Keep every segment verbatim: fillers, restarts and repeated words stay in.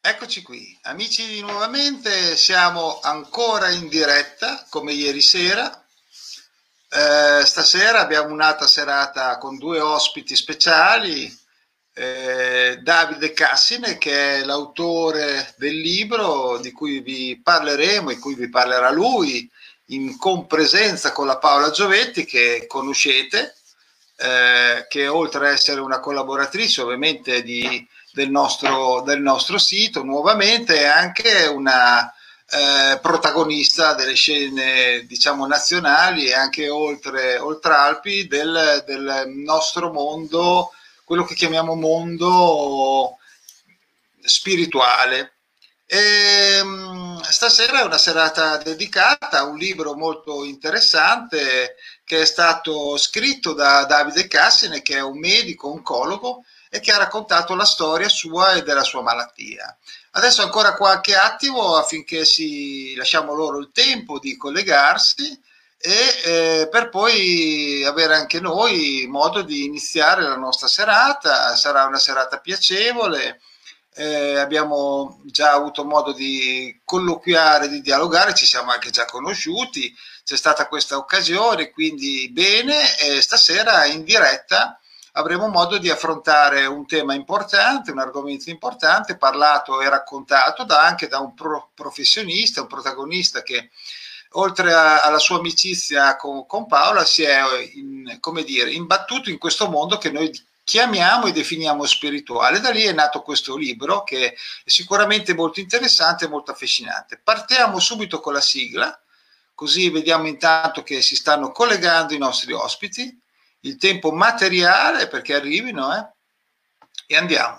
Eccoci qui, amici nuovamente, siamo ancora in diretta come ieri sera. Eh, stasera abbiamo un'altra serata con due ospiti speciali, eh, Davide Cassine, che è l'autore del libro di cui vi parleremo, di cui vi parlerà lui, in compresenza con la Paola Giovetti, che conoscete, eh, che oltre ad essere una collaboratrice ovviamente di del nostro, del nostro sito, nuovamente è anche una eh, protagonista delle scene, diciamo, nazionali e anche oltre, oltre Alpi del, del nostro mondo, quello che chiamiamo mondo spirituale. E, stasera è una serata dedicata a un libro molto interessante che è stato scritto da Davide Cassine, che è un medico oncologo e che ha raccontato la storia sua e della sua malattia. Adesso ancora qualche attimo affinché si lasciamo loro il tempo di collegarsi e eh, per poi avere anche noi modo di iniziare la nostra serata. Sarà una serata piacevole. Eh, abbiamo già avuto modo di colloquiare, di dialogare, ci siamo anche già conosciuti, c'è stata questa occasione, quindi bene, e stasera in diretta avremo modo di affrontare un tema importante, un argomento importante, parlato e raccontato da, anche da un pro professionista, un protagonista che oltre a, alla sua amicizia con, con Paola si è, in, come dire, imbattuto in questo mondo che noi chiamiamo e definiamo spirituale. Da lì è nato questo libro che è sicuramente molto interessante e molto affascinante. Partiamo subito con la sigla, così vediamo intanto che si stanno collegando i nostri ospiti, il tempo materiale perché arrivino, eh? E andiamo.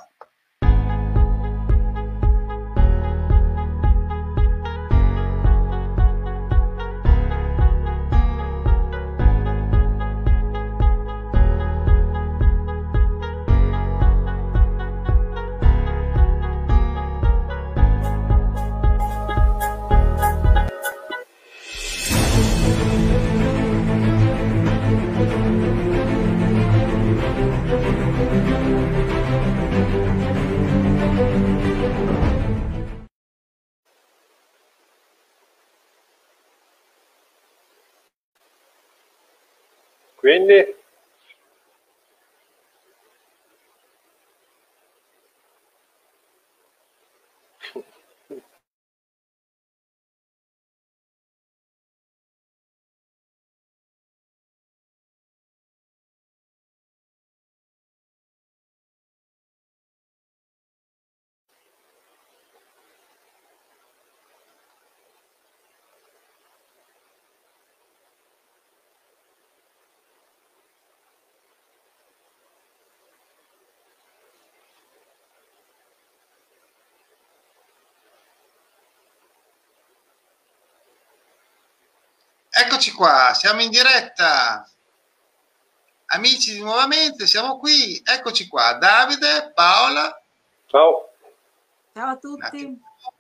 Quindi Eccoci qua, siamo in diretta. Amici nuovamente, siamo qui. Eccoci qua, Davide, Paola. ciao. Ciao a tutti.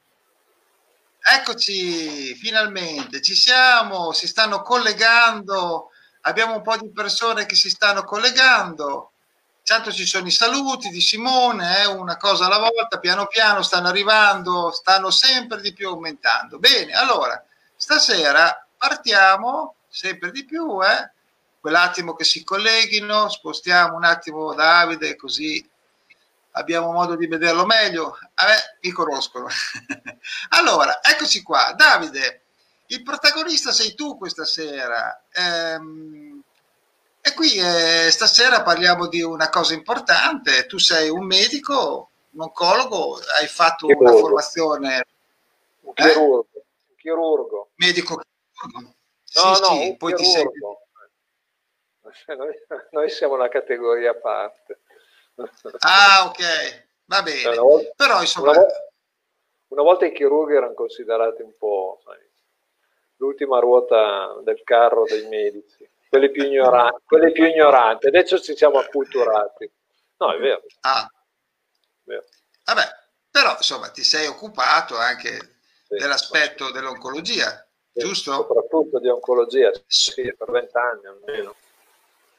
Eccoci, finalmente, ci siamo, si stanno collegando, abbiamo un po' di persone che si stanno collegando. Intanto ci sono i saluti di Simone, eh, una cosa alla volta, piano piano stanno arrivando, stanno sempre di più aumentando. Bene, allora, stasera partiamo sempre di più, eh? Quell'attimo che si colleghino, spostiamo un attimo Davide così abbiamo modo di vederlo meglio. Vabbè, mi conoscono. Allora, eccoci qua. Davide, il protagonista sei tu questa sera. Ehm, e qui eh, stasera parliamo di una cosa importante. Tu sei un medico, un oncologo, hai fatto Chirurgo. una formazione... Un chirurgo. Eh? Un chirurgo. Medico chirurgo. No, Sì, no, sì, un poi chirurgo. ti sei... Noi, noi siamo una categoria a parte. Ah, ok, va bene. Una volta, Però insomma... una volta, una volta i chirurghi erano considerati un po' l'ultima ruota del carro dei medici, quelli più ignoranti, quelli più ignoranti. Adesso ci siamo acculturati. No, è vero. Ah. Vero. Vabbè, però insomma ti sei occupato anche sì, dell'aspetto dell'oncologia, sì, giusto? Soprattutto di oncologia, sì, per vent'anni almeno.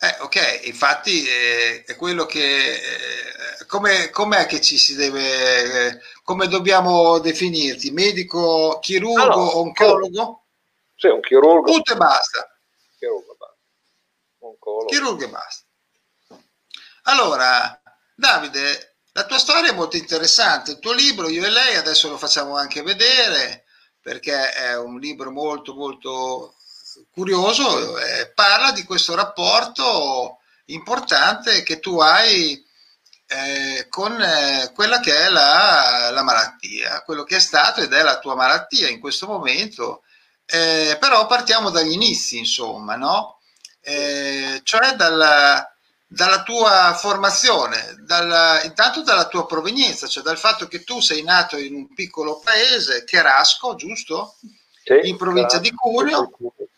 Eh, ok, infatti eh, è quello che... Eh, come, com'è che ci si deve... Eh, come dobbiamo definirti? Medico, Ah no, chirurgo, chirurgo. oncologo? Sì, un chirurgo, Punto e basta. chirurgo, basta. Oncologo. Chirurgo e basta. Allora, Davide, la tua storia è molto interessante. Il tuo libro, Io e lei, adesso lo facciamo anche vedere perché è un libro molto, molto curioso. Eh, parla di questo rapporto importante che tu hai eh, con eh, quella che è la, la malattia, quello che è stato ed è la tua malattia in questo momento. Eh, però partiamo dagli inizi, insomma, no? Eh, cioè dalla, dalla tua formazione, dalla, intanto dalla tua provenienza, cioè dal fatto che tu sei nato in un piccolo paese, Cherasco, giusto? Sì, In provincia di grazie. Cuneo,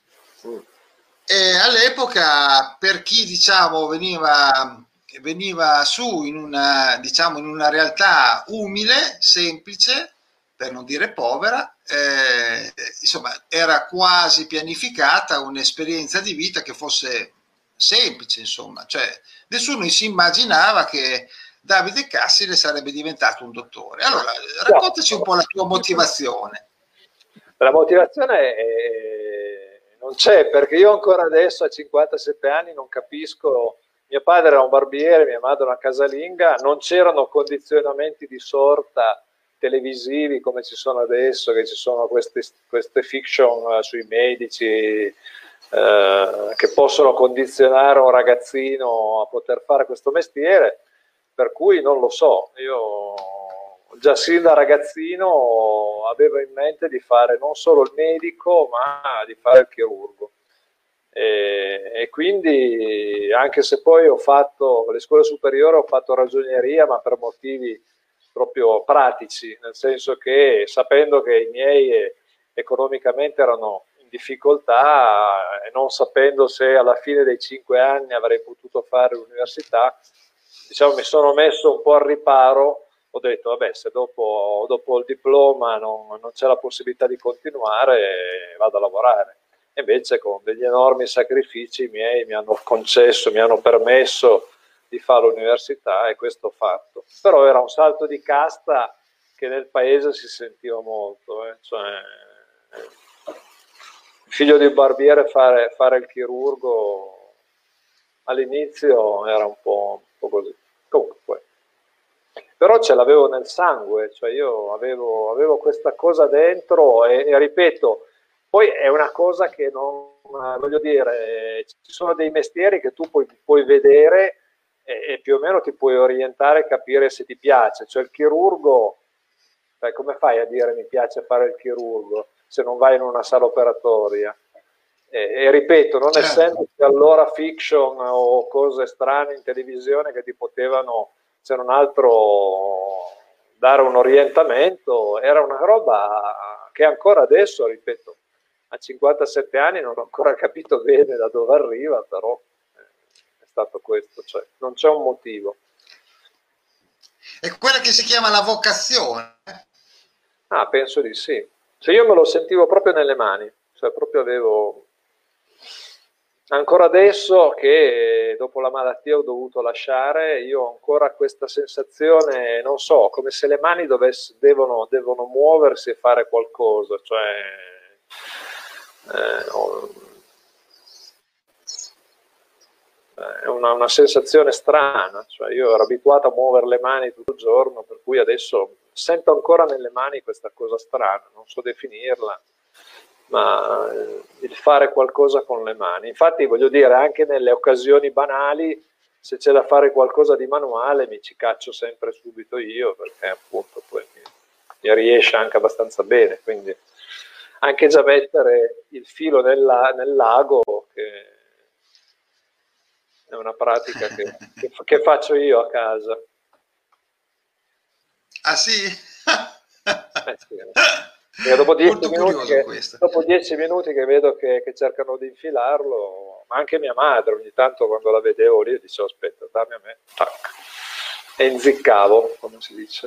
e all'epoca per chi diciamo veniva, veniva su in una, diciamo, in una realtà umile, semplice, per non dire povera, eh, insomma era quasi pianificata un'esperienza di vita che fosse semplice, insomma, cioè nessuno si immaginava che Davide Cassile sarebbe diventato un dottore. Allora, raccontaci un po' la tua motivazione. La motivazione è... non c'è, perché io ancora adesso a cinquantasette anni non capisco. Mio padre era un barbiere, mia madre una casalinga, non c'erano condizionamenti di sorta televisivi come ci sono adesso, che ci sono queste, queste fiction sui medici eh, che possono condizionare un ragazzino a poter fare questo mestiere, per cui non lo so. Io già sin da ragazzino avevo in mente di fare non solo il medico, ma di fare il chirurgo. E, e quindi, anche se poi ho fatto le scuole superiori, ho fatto ragioneria, ma per motivi proprio pratici, nel senso che sapendo che i miei economicamente erano in difficoltà e non sapendo se alla fine dei cinque anni avrei potuto fare l'università, diciamo mi sono messo un po' al riparo. Ho detto, vabbè, se dopo, dopo il diploma non, non c'è la possibilità di continuare, vado a lavorare. E invece con degli enormi sacrifici miei mi hanno concesso, mi hanno permesso di fare l'università e questo ho fatto. Però era un salto di casta che nel paese si sentiva molto. Eh. Cioè, figlio di barbiere fare, fare il chirurgo all'inizio era un po', un po' così. Comunque poi. Però ce l'avevo nel sangue, cioè io avevo, avevo questa cosa dentro e, e ripeto, poi è una cosa che non, voglio dire, ci sono dei mestieri che tu puoi, puoi vedere e, e più o meno ti puoi orientare e capire se ti piace, cioè il chirurgo, cioè, come fai a dire mi piace fare il chirurgo se non vai in una sala operatoria? E, e ripeto, non Certo. essendoci allora fiction o cose strane in televisione che ti potevano, se non altro, dare un orientamento, era una roba che ancora adesso, ripeto, a cinquantasette anni non ho ancora capito bene da dove arriva, però è stato questo, cioè non c'è un motivo. È quella che si chiama la vocazione. Ah, penso di sì. Cioè io me lo sentivo proprio nelle mani, cioè proprio avevo... Ancora adesso che dopo la malattia ho dovuto lasciare, io ho ancora questa sensazione, non so, come se le mani dovesse, devono, devono muoversi e fare qualcosa, cioè eh, ho, è una, una sensazione strana, cioè io ero abituato a muovere le mani tutto il giorno, per cui adesso sento ancora nelle mani questa cosa strana, non so definirla, ma il fare qualcosa con le mani. Infatti voglio dire, anche nelle occasioni banali, se c'è da fare qualcosa di manuale mi ci caccio sempre subito io, perché appunto poi mi, mi riesce anche abbastanza bene, quindi anche già mettere il filo nella, nel lago, che è una pratica che, che, che faccio io a casa. Ah sì? Eh sì, eh. Dopo dieci, minuti che, questo. dopo dieci minuti che vedo che, che cercano di infilarlo, ma anche mia madre ogni tanto quando la vedevo lì dicevo aspetta, dammi a me, tac, e inziccavo, come si dice.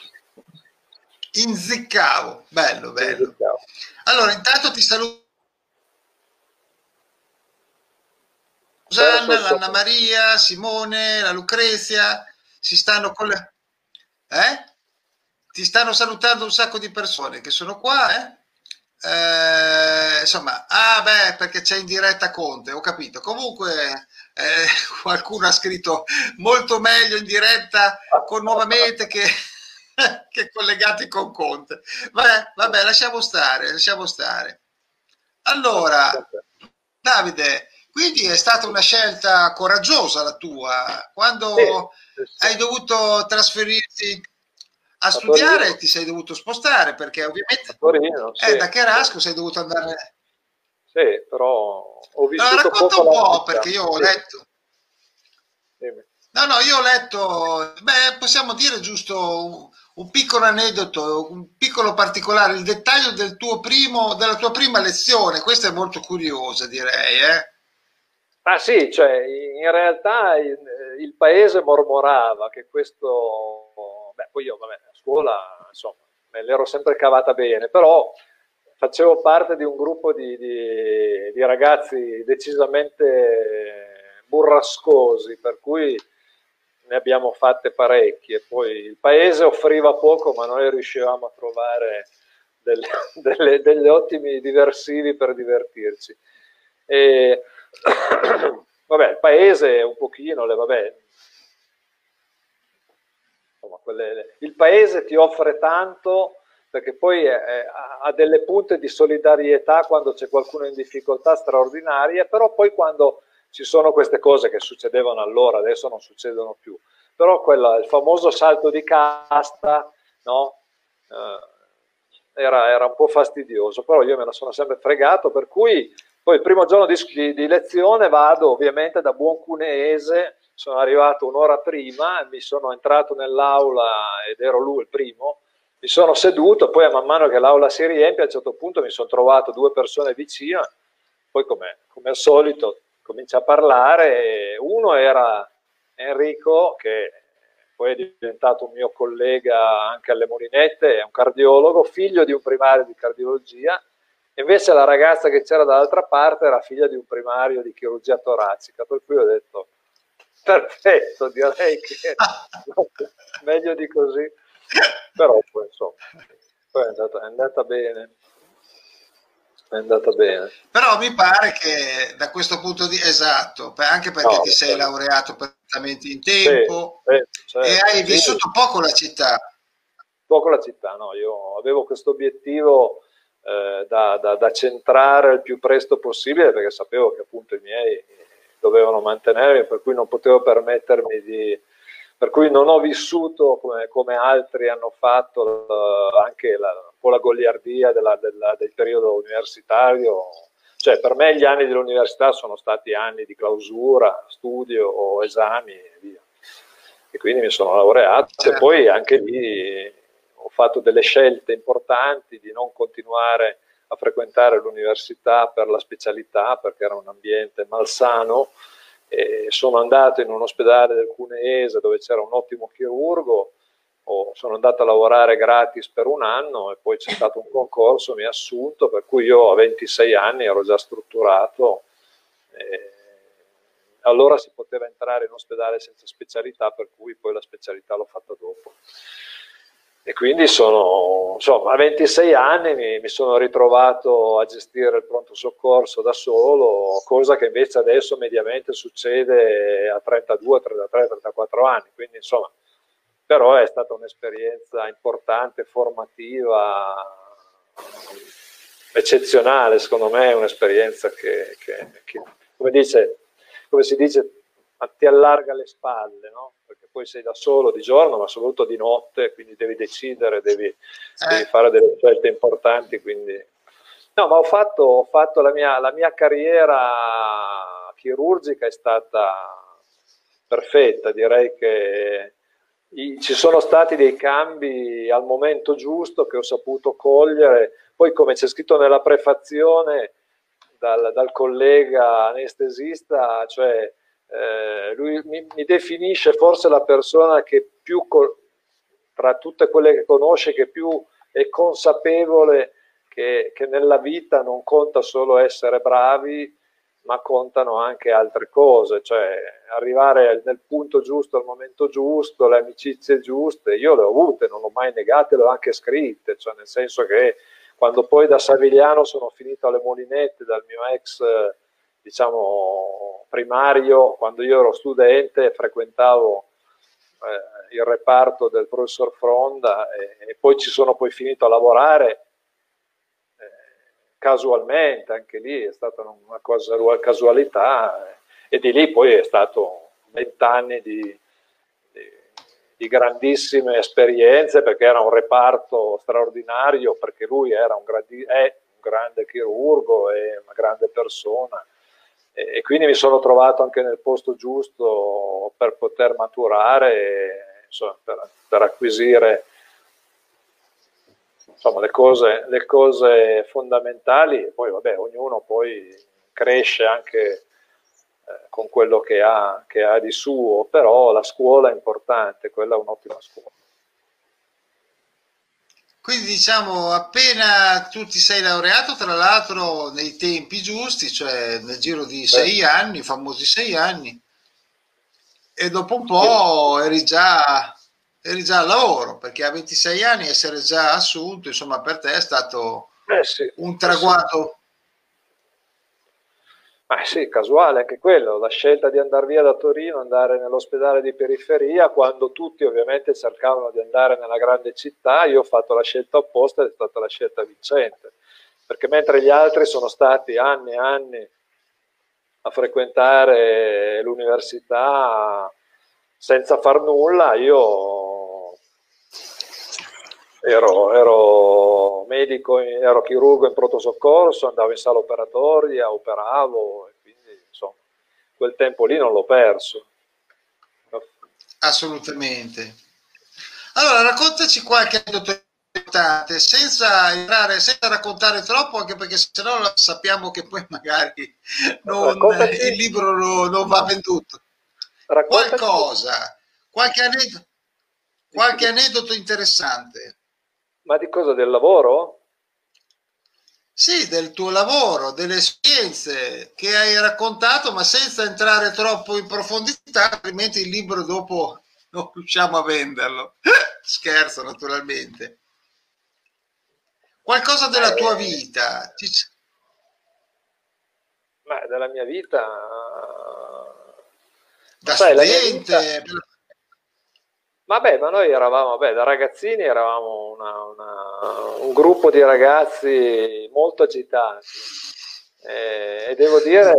Inziccavo, bello, bello. Inziccavo. Allora, intanto ti saluto. Susanna, l'Anna Maria, Simone, la Lucrezia, si stanno con le... Eh? Ti stanno salutando un sacco di persone che sono qua, eh? Eh, insomma, ah beh, perché c'è in diretta Conte, ho capito. Comunque eh, qualcuno ha scritto molto meglio in diretta con nuovamente che, che collegati con Conte. Vabbè, vabbè, lasciamo stare, lasciamo stare. Allora, Davide, quindi è stata una scelta coraggiosa la tua. Quando sì, sì. hai dovuto trasferirti a, a studiare Torino. Ti sei dovuto spostare perché ovviamente Torino, sì. eh, da Cherasco sei dovuto andare. Sì, però ho vissuto allora, racconta poco un po' perché io ho sì. letto. Dimmi. No, no, io ho letto, beh, possiamo dire giusto un, un piccolo aneddoto, un piccolo particolare, il dettaglio del tuo primo, della tua prima lezione. Questa è molto curiosa, direi, eh? Ah sì, cioè in realtà il, il paese mormorava che questo, beh poi io vabbè, a scuola insomma me l'ero sempre cavata bene, però facevo parte di un gruppo di, di, di ragazzi decisamente burrascosi, per cui ne abbiamo fatte parecchie, poi il paese offriva poco ma noi riuscivamo a trovare delle, delle, degli ottimi diversivi per divertirci. E, vabbè, il paese un pochino, le, vabbè, insomma, quelle, il paese ti offre tanto perché poi eh, ha delle punte di solidarietà quando c'è qualcuno in difficoltà straordinarie, però poi quando ci sono queste cose che succedevano allora, adesso non succedono più, però quella, il famoso salto di casta, no? Eh, era, era un po' fastidioso, però io me la sono sempre fregato, per cui poi il primo giorno di, di, di lezione vado ovviamente da buon cuneese, sono arrivato un'ora prima, mi sono entrato nell'aula ed ero lui il primo, mi sono seduto, poi man mano che l'aula si riempie a un certo punto mi sono trovato due persone vicine, poi come, come al solito comincia a parlare, uno era Enrico che poi è diventato un mio collega anche alle Molinette, è un cardiologo, figlio di un primario di cardiologia. Invece la ragazza che c'era dall'altra parte era figlia di un primario di chirurgia toracica, per cui ho detto perfetto, direi che meglio di così, però poi insomma poi è andata, è andata bene, è andata bene. Però mi pare che da questo punto di esatto, anche perché no, ti sei certo. laureato perfettamente in tempo sì, sì, certo, e hai vissuto sì. poco la città. Poco la città, no, io avevo questo obiettivo Eh, da, da, da centrare il più presto possibile perché sapevo che appunto i miei dovevano mantenermi, per cui non potevo permettermi di, per cui non ho vissuto come, come altri hanno fatto la, anche la, un po' la goliardia della, della, del periodo universitario, cioè per me gli anni dell'università sono stati anni di clausura, studio o esami e via, e quindi mi sono laureato certo. E poi anche lì ho fatto delle scelte importanti di non continuare a frequentare l'università per la specialità perché era un ambiente malsano e sono andato in un ospedale del Cuneese dove c'era un ottimo chirurgo, o sono andato a lavorare gratis per un anno e poi c'è stato un concorso, mi ha assunto, per cui io a ventisei anni ero già strutturato e allora si poteva entrare in ospedale senza specialità, per cui poi la specialità l'ho fatta dopo. E quindi sono, insomma, a ventisei anni mi, mi sono ritrovato a gestire il pronto soccorso da solo, cosa che invece adesso mediamente succede a trentadue, trentatré, trentaquattro anni, quindi insomma, però è stata un'esperienza importante, formativa, eccezionale, secondo me è un'esperienza che, che, che come, dice, come si dice, ti allarga le spalle, no? Perché poi sei da solo di giorno, ma soprattutto di notte, quindi devi decidere, devi, eh. devi fare delle scelte importanti. Quindi... No, ma ho fatto, ho fatto la, mia, la mia carriera chirurgica è stata perfetta, direi che i, ci sono stati dei cambi al momento giusto che ho saputo cogliere. Poi, come c'è scritto nella prefazione dal, dal collega anestesista, cioè Eh, lui mi, mi definisce forse la persona che più, tra tutte quelle che conosce, che più è consapevole che, che nella vita non conta solo essere bravi, ma contano anche altre cose, cioè arrivare nel punto giusto, al momento giusto, le amicizie giuste. Io le ho avute, non le ho mai negate, le ho anche scritte, cioè nel senso che quando poi da Savigliano sono finito alle Molinette dal mio ex, diciamo, primario, quando io ero studente, frequentavo eh, il reparto del professor Fronda e, e poi ci sono poi finito a lavorare eh, casualmente, anche lì è stata una cosa, una casualità, eh, e di lì poi è stato vent'anni di, di, di grandissime esperienze, perché era un reparto straordinario, perché lui era un, grandi, è un grande chirurgo, è una grande persona, e quindi mi sono trovato anche nel posto giusto per poter maturare, e, insomma, per, per acquisire, insomma, le cose, le cose fondamentali. E poi vabbè, ognuno poi cresce anche eh, con quello che ha, che ha di suo, però la scuola è importante, quella è un'ottima scuola. Quindi diciamo, appena tu ti sei laureato, tra l'altro nei tempi giusti, cioè nel giro di sei Beh. anni, i famosi sei anni, e dopo un po' eri già, eri già al lavoro, perché a ventisei anni essere già assunto, insomma, per te è stato eh sì, un traguardo. Eh sì, casuale anche quello, la scelta di andare via da Torino, andare nell'ospedale di periferia, quando tutti ovviamente cercavano di andare nella grande città, io ho fatto la scelta opposta ed è stata la scelta vincente, perché mentre gli altri sono stati anni e anni a frequentare l'università senza far nulla, io ero, ero medico, ero chirurgo in pronto soccorso, andavo in sala operatoria, operavo, e quindi insomma quel tempo lì non l'ho perso. Assolutamente. Allora raccontaci qualche aneddoto importante, senza entrare, senza raccontare troppo, anche perché sennò sappiamo che poi magari non, il libro no, non va venduto. Raccontaci. Qualcosa, qualche aneddoto, qualche aneddoto interessante. Ma di cosa? Del lavoro? Sì, del tuo lavoro, delle esperienze che hai raccontato, ma senza entrare troppo in profondità, altrimenti il libro dopo non riusciamo a venderlo. Scherzo, naturalmente. Qualcosa della eh, tua vita? Beh, della mia vita... Da Sai, studente? La mia vita... Vabbè, ma noi eravamo, vabbè, da ragazzini eravamo una, una, un gruppo di ragazzi molto agitati, eh, e devo dire,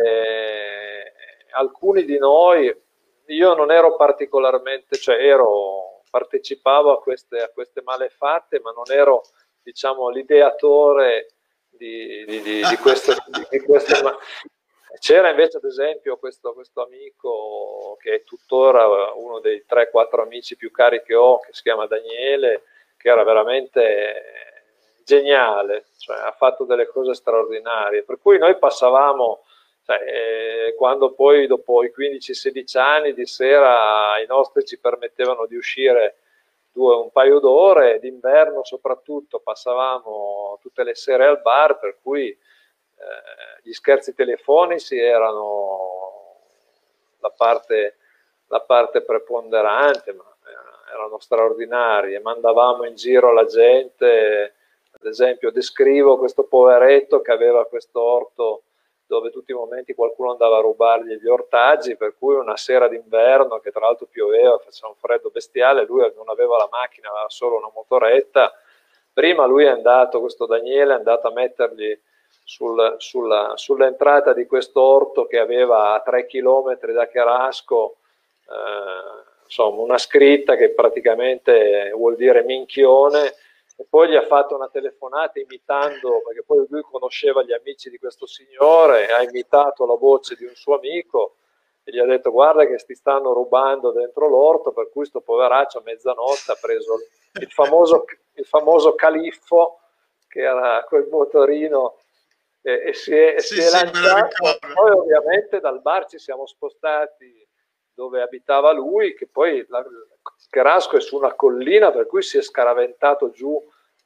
eh, alcuni di noi, io non ero particolarmente, cioè ero, partecipavo a queste, a queste malefatte, ma non ero, diciamo, l'ideatore di, di, di, di queste... Di, di queste C'era invece ad esempio questo, questo amico che è tuttora uno dei tre quattro amici più cari che ho, che si chiama Daniele, che era veramente geniale, cioè ha fatto delle cose straordinarie, per cui noi passavamo, cioè, eh, quando poi dopo i quindici sedici anni di sera i nostri ci permettevano di uscire due, un paio d'ore, d'inverno soprattutto passavamo tutte le sere al bar, per cui Eh, gli scherzi telefonici erano la parte, la parte preponderante, ma erano straordinari, e mandavamo in giro la gente. Ad esempio, descrivo questo poveretto che aveva questo orto dove tutti i momenti qualcuno andava a rubargli gli ortaggi, per cui una sera d'inverno, che tra l'altro pioveva, faceva un freddo bestiale, lui non aveva la macchina, aveva solo una motoretta. Prima lui è andato, questo Daniele è andato a mettergli Sul, sulla, sull'entrata di questo orto che aveva a tre chilometri da Cherasco, eh, insomma, una scritta che praticamente vuol dire minchione, e poi gli ha fatto una telefonata imitando, perché poi lui conosceva gli amici di questo signore, ha imitato la voce di un suo amico e gli ha detto: guarda che ti stanno rubando dentro l'orto, per cui sto poveraccio a mezzanotte ha preso il famoso, il famoso califfo, che era quel motorino, E, e si è, sì, si è sì, lanciato. Poi ovviamente dal bar ci siamo spostati dove abitava lui, che poi la, Cherasco è su una collina, per cui si è scaraventato giù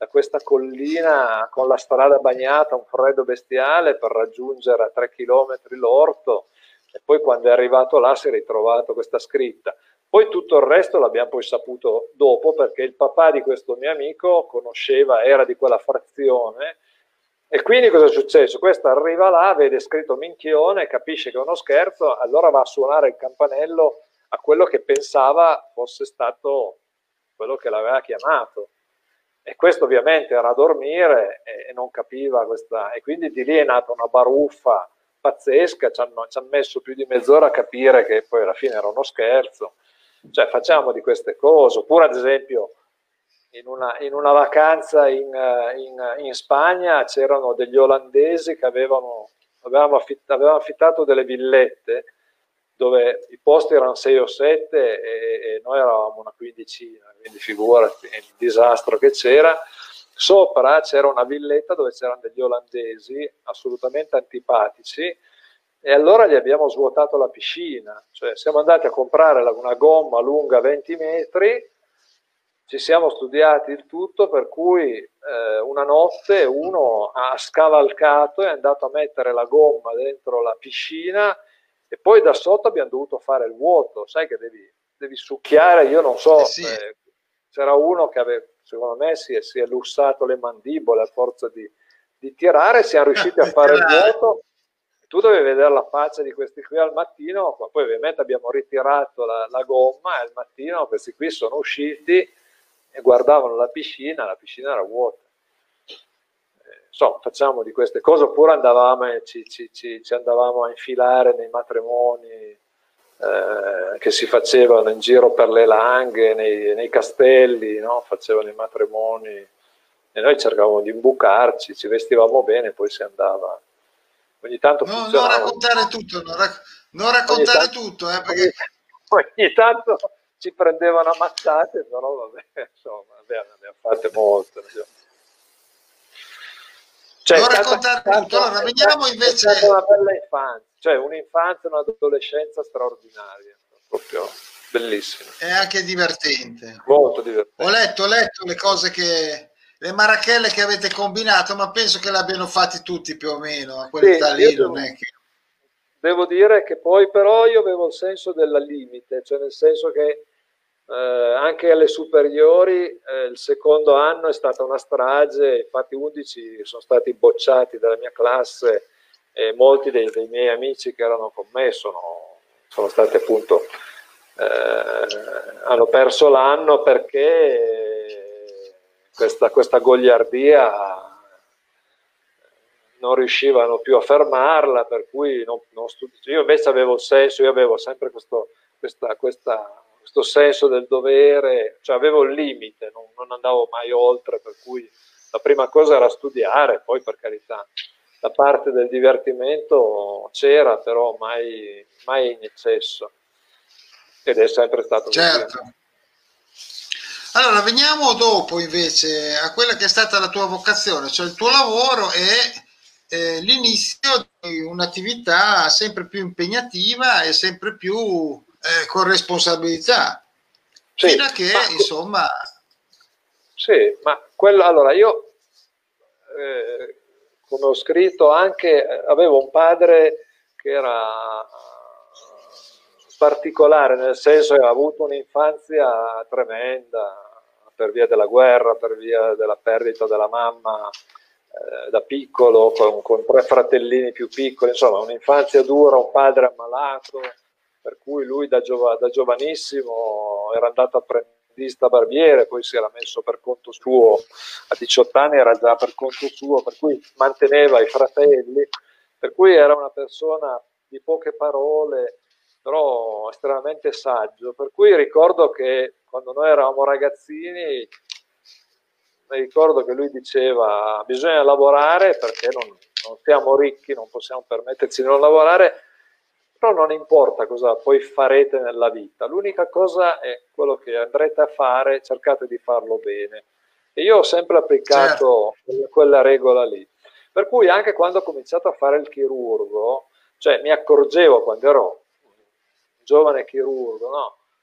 da questa collina con la strada bagnata, un freddo bestiale per raggiungere a tre chilometri l'orto, e poi quando è arrivato là si è ritrovato questa scritta. Poi tutto il resto l'abbiamo poi saputo dopo, perché il papà di questo mio amico conosceva, era di quella frazione, e quindi cosa è successo? Questo arriva là, vede scritto Minchione, capisce che è uno scherzo, allora va a suonare il campanello a quello che pensava fosse stato quello che l'aveva chiamato. E questo ovviamente era a dormire e non capiva questa, e quindi di lì è nata una baruffa pazzesca, ci hanno, ci hanno messo più di mezz'ora a capire che poi alla fine era uno scherzo. Cioè facciamo di queste cose, oppure ad esempio in una, in una vacanza in, in, in Spagna c'erano degli olandesi che avevano, avevano, affitt avevano affittato delle villette dove i posti erano sei o sette e, e noi eravamo una quindicina, quindi figurati il disastro che c'era. Sopra c'era una villetta dove c'erano degli olandesi assolutamente antipatici, e allora gli abbiamo svuotato la piscina, cioè siamo andati a comprare una gomma lunga venti metri, ci siamo studiati il tutto, per cui eh, una notte uno ha scavalcato e è andato a mettere la gomma dentro la piscina, e poi da sotto abbiamo dovuto fare il vuoto, sai che devi, devi succhiare, io non so, eh sì. eh, c'era uno che aveva, secondo me si è, si è lussato le mandibole a forza di, di tirare, siamo riusciti a fare il vuoto. Tu dovevi vedere la faccia di questi qui al mattino, poi ovviamente abbiamo ritirato la, la gomma, e al mattino questi qui sono usciti e guardavano la piscina, la piscina era vuota. Eh, insomma, facciamo di queste cose, oppure andavamo e ci, ci, ci, ci andavamo a infilare nei matrimoni eh, che si facevano in giro per le langhe, nei, nei castelli, no? Facevano i matrimoni e noi cercavamo di imbucarci, ci vestivamo bene, poi si andava. Ogni tanto no, non raccontare tutto, non, rac non raccontare tanto, tutto, eh, perché... ogni, ogni tanto ci prendevano ammazzate, però vabbè, insomma, abbiamo, abbiamo fatte molte. Cioè, non raccontare stata, tutto, allora veniamo invece... È stata una bella infanzia, cioè un'infanzia, un'adolescenza straordinaria, proprio bellissima. È anche divertente. Molto divertente. Ho letto, ho letto le cose che... le marachelle che avete combinato, ma penso che l'abbiano fatti tutti più o meno, a quell'età sì, lì non è che... Devo dire che poi però io avevo il senso della limite, cioè nel senso che eh, anche alle superiori eh, il secondo anno è stata una strage, infatti undici sono stati bocciati dalla mia classe e molti dei, dei miei amici che erano con me sono, sono stati appunto, eh, hanno perso l'anno perché questa, questa goliardia non riuscivano più a fermarla, per cui non, non io invece avevo il senso, io avevo sempre questo, questa, questa, questo senso del dovere, cioè avevo il limite, non, non andavo mai oltre, per cui la prima cosa era studiare, poi per carità la parte del divertimento c'era, però mai, mai in eccesso, ed è sempre stato certo. Così. Allora veniamo dopo invece a quella che è stata la tua vocazione, cioè il tuo lavoro e Eh, l'inizio di un'attività sempre più impegnativa e sempre più eh, con responsabilità, sì, fino a che ma, insomma sì, ma quello, allora io eh, come ho scritto anche, avevo un padre che era particolare, nel senso che ha avuto un'infanzia tremenda per via della guerra, per via della perdita della mamma da piccolo, con, con tre fratellini più piccoli, insomma un'infanzia dura, un padre ammalato, per cui lui da, giova, da giovanissimo era andato apprendista barbiere, poi si era messo per conto suo, a diciotto anni era già per conto suo, per cui manteneva i fratelli, per cui era una persona di poche parole, però estremamente saggio, per cui ricordo che quando noi eravamo ragazzini mi ricordo che lui diceva bisogna lavorare perché non, non siamo ricchi, non possiamo permetterci di non lavorare, però non importa cosa poi farete nella vita, l'unica cosa è quello che andrete a fare, cercate di farlo bene. E io ho sempre applicato certo. quella regola lì, per cui anche quando ho cominciato a fare il chirurgo, cioè mi accorgevo quando ero un giovane chirurgo, no?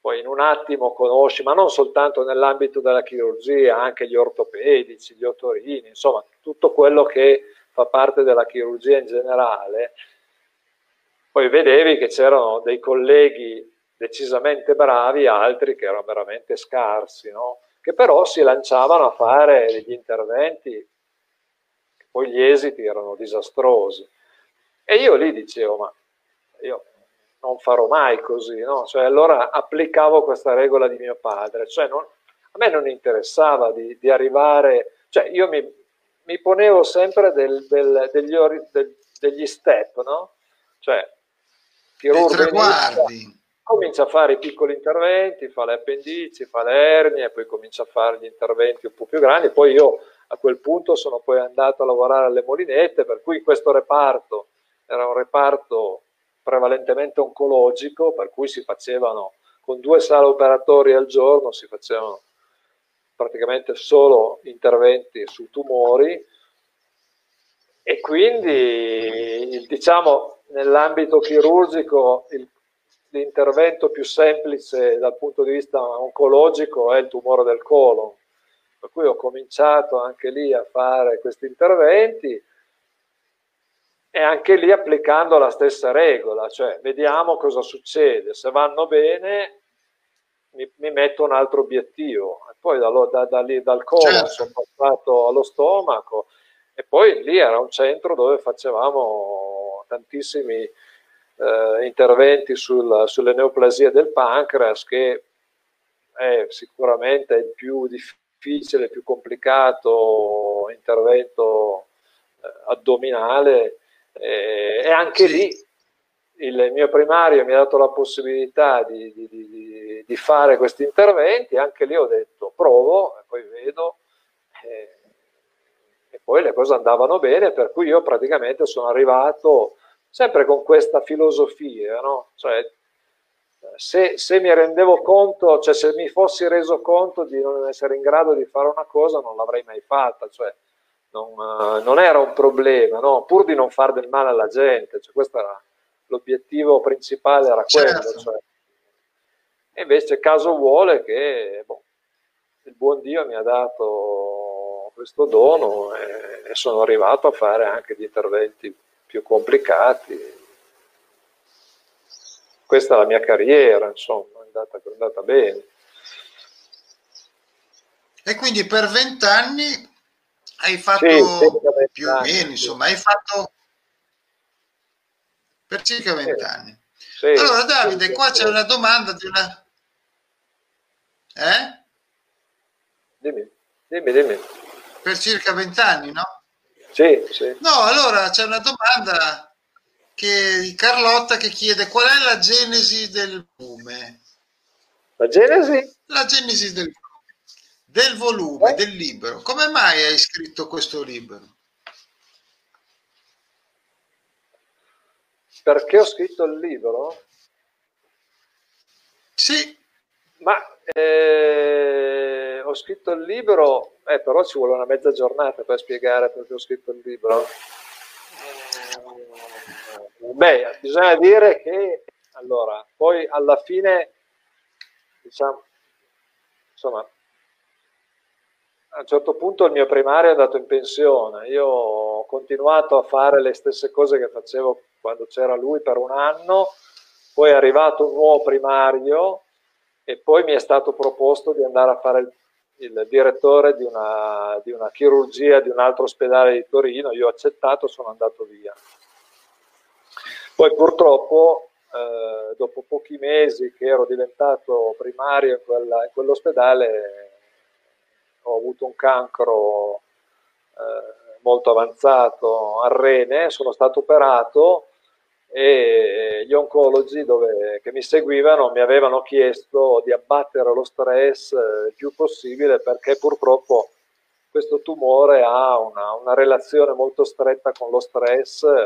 poi in un attimo conosci, ma non soltanto nell'ambito della chirurgia, anche gli ortopedici, gli otorini, insomma tutto quello che fa parte della chirurgia in generale. Poi vedevi che c'erano dei colleghi decisamente bravi, altri che erano veramente scarsi, no? Che però si lanciavano a fare degli interventi che poi gli esiti erano disastrosi. E io lì dicevo, ma io non farò mai così, no? Cioè, allora applicavo questa regola di mio padre, cioè non, a me non interessava di, di arrivare, cioè io mi, mi ponevo sempre del, del, degli, ori, del, degli step, no? Cioè, chirurgo inizia, comincia a fare i piccoli interventi, fa le appendici, fa le ernie, poi comincia a fare gli interventi un po' più grandi, poi io a quel punto sono poi andato a lavorare alle Molinette, per cui questo reparto era un reparto prevalentemente oncologico, per cui si facevano, con due sale operatori al giorno, si facevano praticamente solo interventi su tumori, e quindi, diciamo, nell'ambito chirurgico l'intervento più semplice dal punto di vista oncologico è il tumore del colon, per cui ho cominciato anche lì a fare questi interventi, e anche lì applicando la stessa regola, cioè vediamo cosa succede, se vanno bene mi, mi metto un altro obiettivo, e poi da, da, da lì, dal colon certo. sono passato allo stomaco, e poi lì era un centro dove facevamo tantissimi eh, interventi sul, sulle neoplasie del pancreas, che è sicuramente il più difficile, il più complicato intervento eh, addominale. E anche sì. lì il mio primario mi ha dato la possibilità di, di, di, di fare questi interventi, anche lì ho detto provo e poi vedo, e, e poi le cose andavano bene, per cui io praticamente sono arrivato sempre con questa filosofia, no? Cioè, se, se mi rendevo conto, cioè se mi fossi reso conto di non essere in grado di fare una cosa, non l'avrei mai fatta, cioè Non, non era un problema, no? Pur di non far del male alla gente, cioè, questo era l'obiettivo principale, era quello. Certo. Cioè. E invece caso vuole che boh, il buon Dio mi ha dato questo dono e, e sono arrivato a fare anche gli interventi più complicati. Questa è la mia carriera, insomma, è andata, è andata bene. E quindi per vent'anni hai fatto sì, più o meno, insomma, hai fatto per circa vent'anni. Sì, allora Davide, sì, qua sì. c'è una domanda di una... Eh? Dimmi, dimmi, dimmi. Per circa vent'anni, no? Sì, sì. No, allora c'è una domanda che, di Carlotta, che chiede qual è la genesi del volume. La genesi? La genesi del volume. Del volume, eh? del libro. Come mai hai scritto questo libro? Perché ho scritto il libro? Sì. Ma eh, ho scritto il libro, eh, però ci vuole una mezza giornata per spiegare perché ho scritto il libro. Beh, bisogna dire che, allora, poi alla fine, diciamo, insomma, a un certo punto il mio primario è andato in pensione, io ho continuato a fare le stesse cose che facevo quando c'era lui per un anno, poi è arrivato un nuovo primario e poi mi è stato proposto di andare a fare il, il direttore di una, di una chirurgia di un altro ospedale di Torino, io ho accettato e sono andato via. Poi purtroppo, eh, dopo pochi mesi che ero diventato primario in, quella, in quell'ospedale, ho avuto un cancro eh, molto avanzato al rene, sono stato operato e gli oncologi dove, che mi seguivano mi avevano chiesto di abbattere lo stress il più possibile, perché purtroppo questo tumore ha una, una relazione molto stretta con lo stress eh,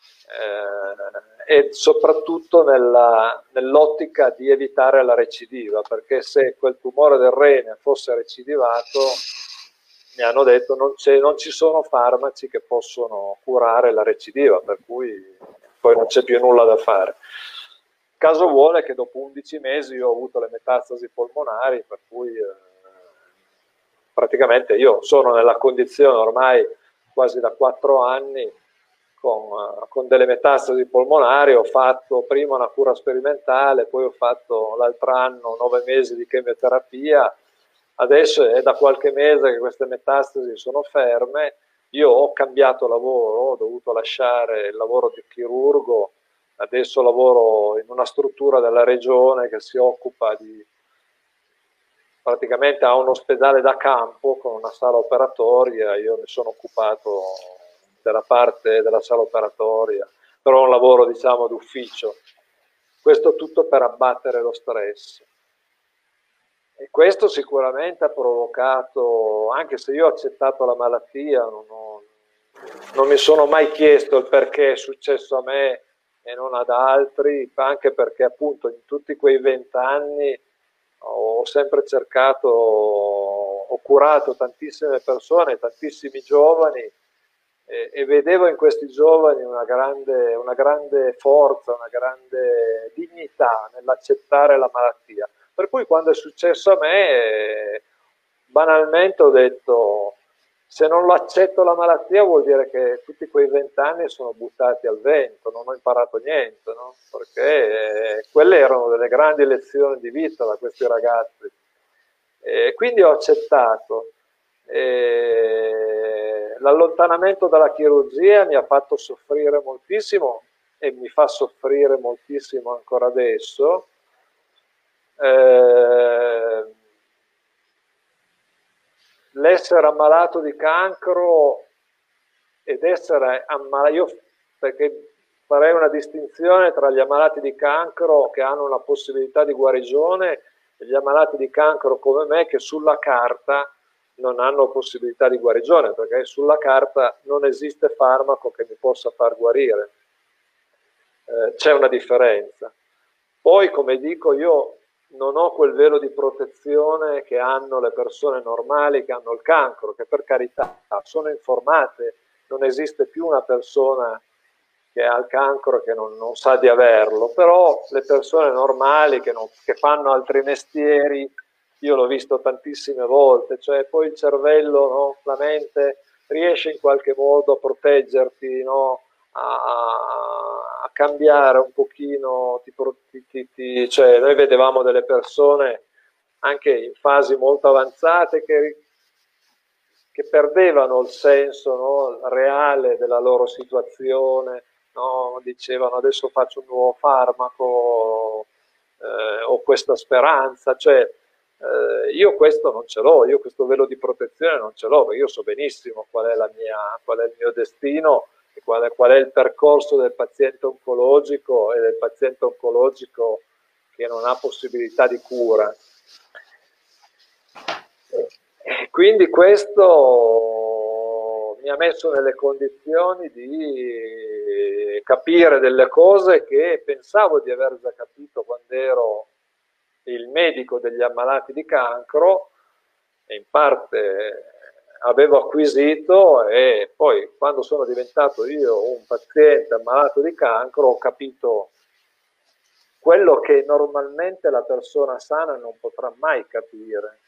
e soprattutto nell'ottica di evitare la recidiva, perché se quel tumore del rene fosse recidivato, mi hanno detto non, non ci sono farmaci che possono curare la recidiva, per cui poi non c'è più nulla da fare. caso vuole che dopo undici mesi io ho avuto le metastasi polmonari, per cui eh, praticamente io sono nella condizione ormai quasi da quattro anni con, uh, con delle metastasi polmonari. Ho fatto prima una cura sperimentale, poi ho fatto l'altro anno nove mesi di chemioterapia, adesso è da qualche mese che queste metastasi sono ferme. Io ho cambiato lavoro, ho dovuto lasciare il lavoro di chirurgo, adesso lavoro in una struttura della regione che si occupa di, praticamente ha un ospedale da campo con una sala operatoria. Io mi sono occupato della parte della sala operatoria, però è un lavoro, diciamo, d'ufficio. Questo tutto per abbattere lo stress. E questo sicuramente ha provocato, anche se io ho accettato la malattia, non, ho, non mi sono mai chiesto il perché è successo a me e non ad altri, anche perché appunto in tutti quei vent'anni ho sempre cercato, ho curato tantissime persone, tantissimi giovani, e, e vedevo in questi giovani una grande, una grande forza, una grande dignità nell'accettare la malattia. Per cui quando è successo a me, banalmente ho detto, se non lo accetto la malattia vuol dire che tutti quei vent'anni sono buttati al vento, non ho imparato niente, no? Perché eh, quelle erano delle grandi lezioni di vita da questi ragazzi. E quindi ho accettato. L'allontanamento dalla chirurgia mi ha fatto soffrire moltissimo e mi fa soffrire moltissimo ancora adesso. Eh, l'essere ammalato di cancro ed essere ammalato, io perché farei una distinzione tra gli ammalati di cancro che hanno una possibilità di guarigione e gli ammalati di cancro come me che sulla carta non hanno possibilità di guarigione, perché sulla carta non esiste farmaco che mi possa far guarire. Eh, c'è una differenza. Poi, come dico, io non ho quel velo di protezione che hanno le persone normali che hanno il cancro, che per carità sono informate, non esiste più una persona che ha il cancro che non, non sa di averlo, però le persone normali che, non, che fanno altri mestieri, io l'ho visto tantissime volte, cioè poi il cervello, no, la mente riesce in qualche modo a proteggerti, no, a, a cambiare un pochino, ti, ti, ti, cioè noi vedevamo delle persone anche in fasi molto avanzate che, che perdevano il senso, no, reale della loro situazione, no, dicevano adesso faccio un nuovo farmaco, eh, ho questa speranza, cioè eh, io questo non ce l'ho, io questo velo di protezione non ce l'ho, perché io so benissimo qual è, la mia, qual è il mio destino, Qual è, qual è il percorso del paziente oncologico e del paziente oncologico che non ha possibilità di cura. E quindi questo mi ha messo nelle condizioni di capire delle cose che pensavo di aver già capito quando ero il medico degli ammalati di cancro, e in parte avevo acquisito, e poi quando sono diventato io un paziente ammalato di cancro ho capito quello che normalmente la persona sana non potrà mai capire.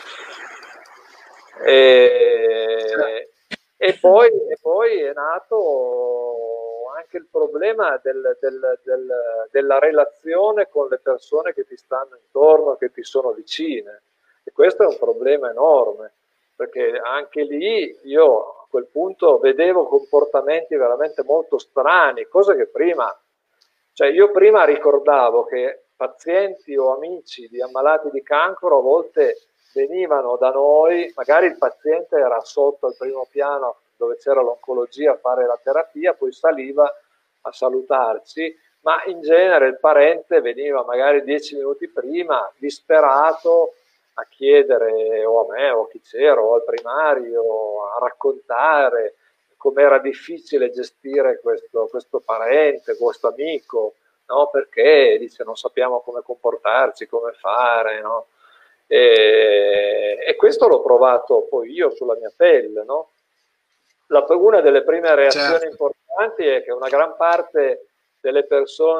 E, e, poi, e poi è nato anche il problema del, del, del, della relazione con le persone che ti stanno intorno, che ti sono vicine, e questo è un problema enorme, perché anche lì io a quel punto vedevo comportamenti veramente molto strani, cose che prima, cioè io prima ricordavo che pazienti o amici di ammalati di cancro a volte venivano da noi, magari il paziente era sotto al primo piano dove c'era l'oncologia a fare la terapia, poi saliva a salutarci, ma in genere il parente veniva magari dieci minuti prima, disperato, a chiedere o a me o a chi c'era o al primario, a raccontare com'era difficile gestire questo, questo parente, questo amico, no? Perché dice non sappiamo come comportarci, come fare, no? E, e questo l'ho provato poi io sulla mia pelle, no? La, una delle prime reazioni certo. importanti è che una gran parte delle persone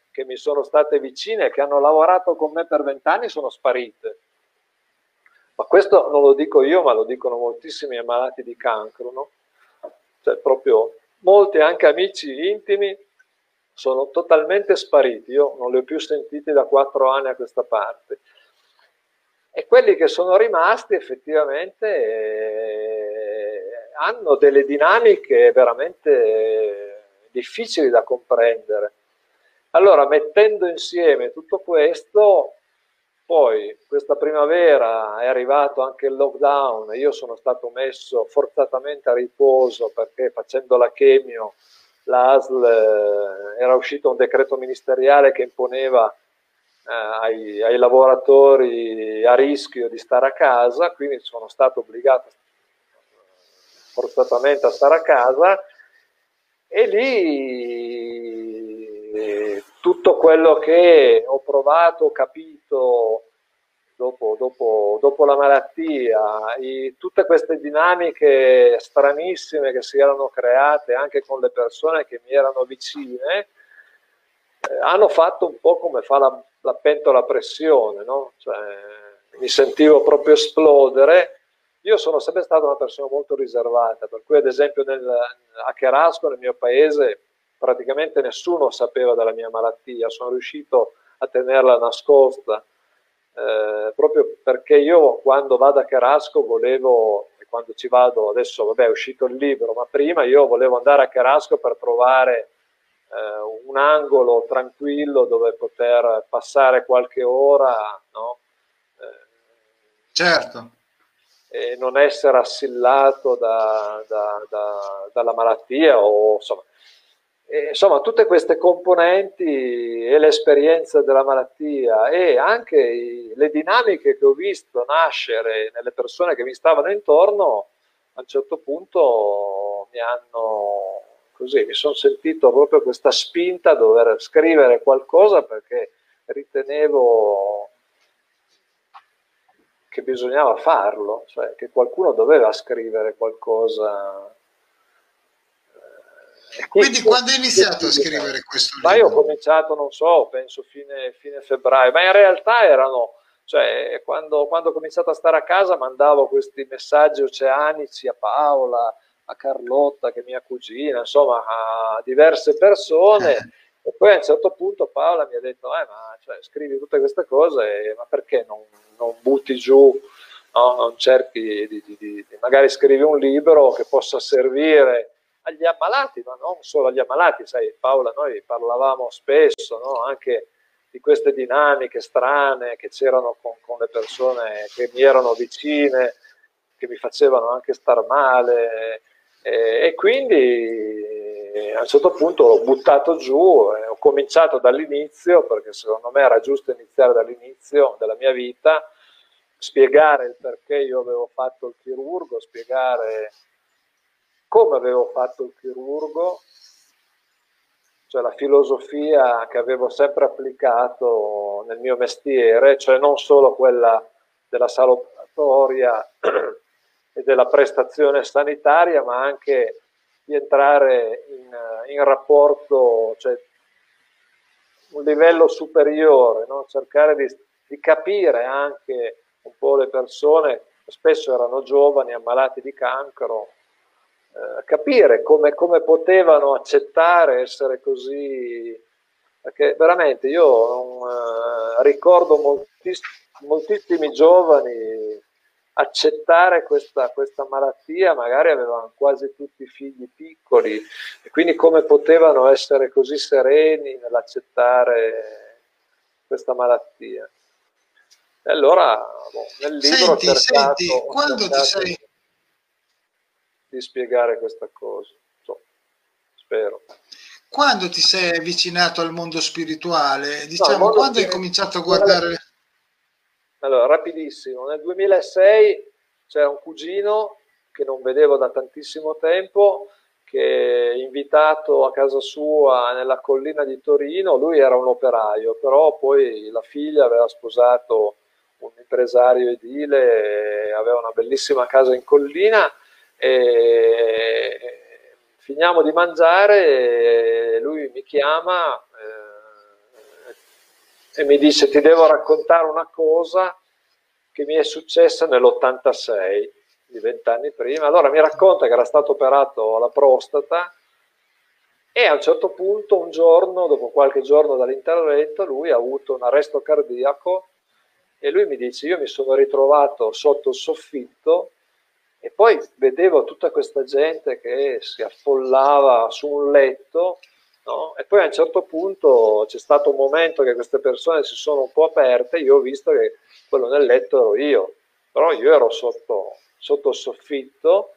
che mi sono state vicine, che hanno lavorato con me per vent'anni, sono sparite. Ma questo non lo dico io, ma lo dicono moltissimi ammalati di cancro, no? Cioè proprio molti anche amici intimi sono totalmente spariti, io non li ho più sentiti da quattro anni a questa parte. E quelli che sono rimasti effettivamente eh, hanno delle dinamiche veramente difficili da comprendere. Allora, mettendo insieme tutto questo, poi questa primavera è arrivato anche il lockdown, io sono stato messo forzatamente a riposo perché facendo la chemio la A S L eh, era uscito un decreto ministeriale che imponeva eh, ai, ai lavoratori a rischio di stare a casa, quindi sono stato obbligato forzatamente a stare a casa e lì tutto quello che ho provato, ho capito dopo, dopo, dopo la malattia, i, tutte queste dinamiche stranissime che si erano create anche con le persone che mi erano vicine, eh, hanno fatto un po' come fa la, la pentola a pressione, no? Cioè, mi sentivo proprio esplodere. Io sono sempre stata una persona molto riservata, per cui ad esempio nel, a Cherasco, nel mio paese, praticamente nessuno sapeva della mia malattia, sono riuscito a tenerla nascosta, eh, proprio perché io quando vado a Cherasco volevo, e quando ci vado adesso, vabbè è uscito il libro, ma prima io volevo andare a Cherasco per trovare eh, un angolo tranquillo dove poter passare qualche ora, no? Eh, certo. E non essere assillato da, da, da, dalla malattia o insomma, e, insomma tutte queste componenti e l'esperienza della malattia e anche i, le dinamiche che ho visto nascere nelle persone che mi stavano intorno a un certo punto mi hanno così, mi sono sentito proprio questa spinta a dover scrivere qualcosa perché ritenevo che bisognava farlo, cioè che qualcuno doveva scrivere qualcosa. E quindi quando hai iniziato a scrivere questo libro? Ma io ho cominciato, non so, penso fine, fine febbraio, ma in realtà erano, cioè quando, quando ho cominciato a stare a casa mandavo questi messaggi oceanici a Paola, a Carlotta, che è mia cugina, insomma a diverse persone. E poi a un certo punto Paola mi ha detto, eh, ma cioè, scrivi tutte queste cose, ma perché non, non butti giù, no? Non cerchi di, di, di, magari scrivi un libro che possa servire agli ammalati, ma non solo agli ammalati, sai Paola, noi parlavamo spesso, no? Anche di queste dinamiche strane che c'erano con, con le persone che mi erano vicine, che mi facevano anche star male, e, e quindi a un certo punto l'ho buttato giù e ho cominciato dall'inizio, perché secondo me era giusto iniziare dall'inizio della mia vita, spiegare il perché io avevo fatto il chirurgo, spiegare come avevo fatto il chirurgo, cioè la filosofia che avevo sempre applicato nel mio mestiere, cioè non solo quella della sala operatoria e della prestazione sanitaria, ma anche di entrare in, in rapporto, cioè un livello superiore, no? Cercare di, di capire anche un po' le persone, spesso erano giovani, ammalati di cancro, eh, capire come, come potevano accettare essere così, perché veramente io non, eh, ricordo moltiss moltissimi giovani accettare questa, questa malattia, magari avevano quasi tutti figli piccoli, e quindi come potevano essere così sereni nell'accettare questa malattia. E allora boh, nel libro senti, ho cercato, senti, quando ho cercato ti sei... di spiegare questa cosa, so, spero. Quando ti sei avvicinato al mondo spirituale, diciamo, no, mondo quando spirituale... hai cominciato a guardare... Allora, rapidissimo, nel duemilasei c'era un cugino che non vedevo da tantissimo tempo, che invitato a casa sua nella collina di Torino, lui era un operaio, però poi la figlia aveva sposato un impresario edile, aveva una bellissima casa in collina, e finiamo di mangiare e lui mi chiama, eh, e mi dice: ti devo raccontare una cosa che mi è successa nell'ottantasei, di vent'anni prima. Allora mi racconta che era stato operato alla prostata e a un certo punto, un giorno, dopo qualche giorno dall'intervento, lui ha avuto un arresto cardiaco e lui mi dice: io mi sono ritrovato sotto il soffitto e poi vedevo tutta questa gente che si affollava su un letto, no? E poi a un certo punto c'è stato un momento che queste persone si sono un po' aperte, io ho visto che quello nel letto ero io, però io ero sotto, sotto il soffitto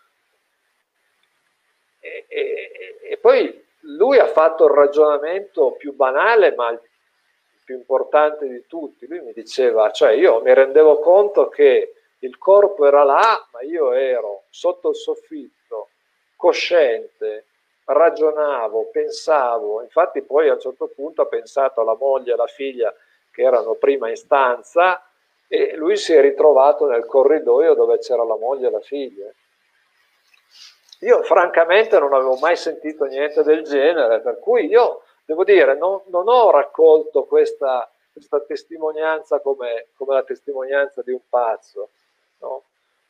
e, e, e poi lui ha fatto il ragionamento più banale ma il più importante di tutti. Lui mi diceva, cioè io mi rendevo conto che il corpo era là, ma io ero sotto il soffitto, cosciente, ragionavo, pensavo. Infatti poi a un certo punto ha pensato alla moglie e alla figlia che erano prima in stanza e lui si è ritrovato nel corridoio dove c'era la moglie e la figlia. Io francamente non avevo mai sentito niente del genere, per cui io devo dire non, non ho raccolto questa, questa testimonianza come, come la testimonianza di un pazzo, no?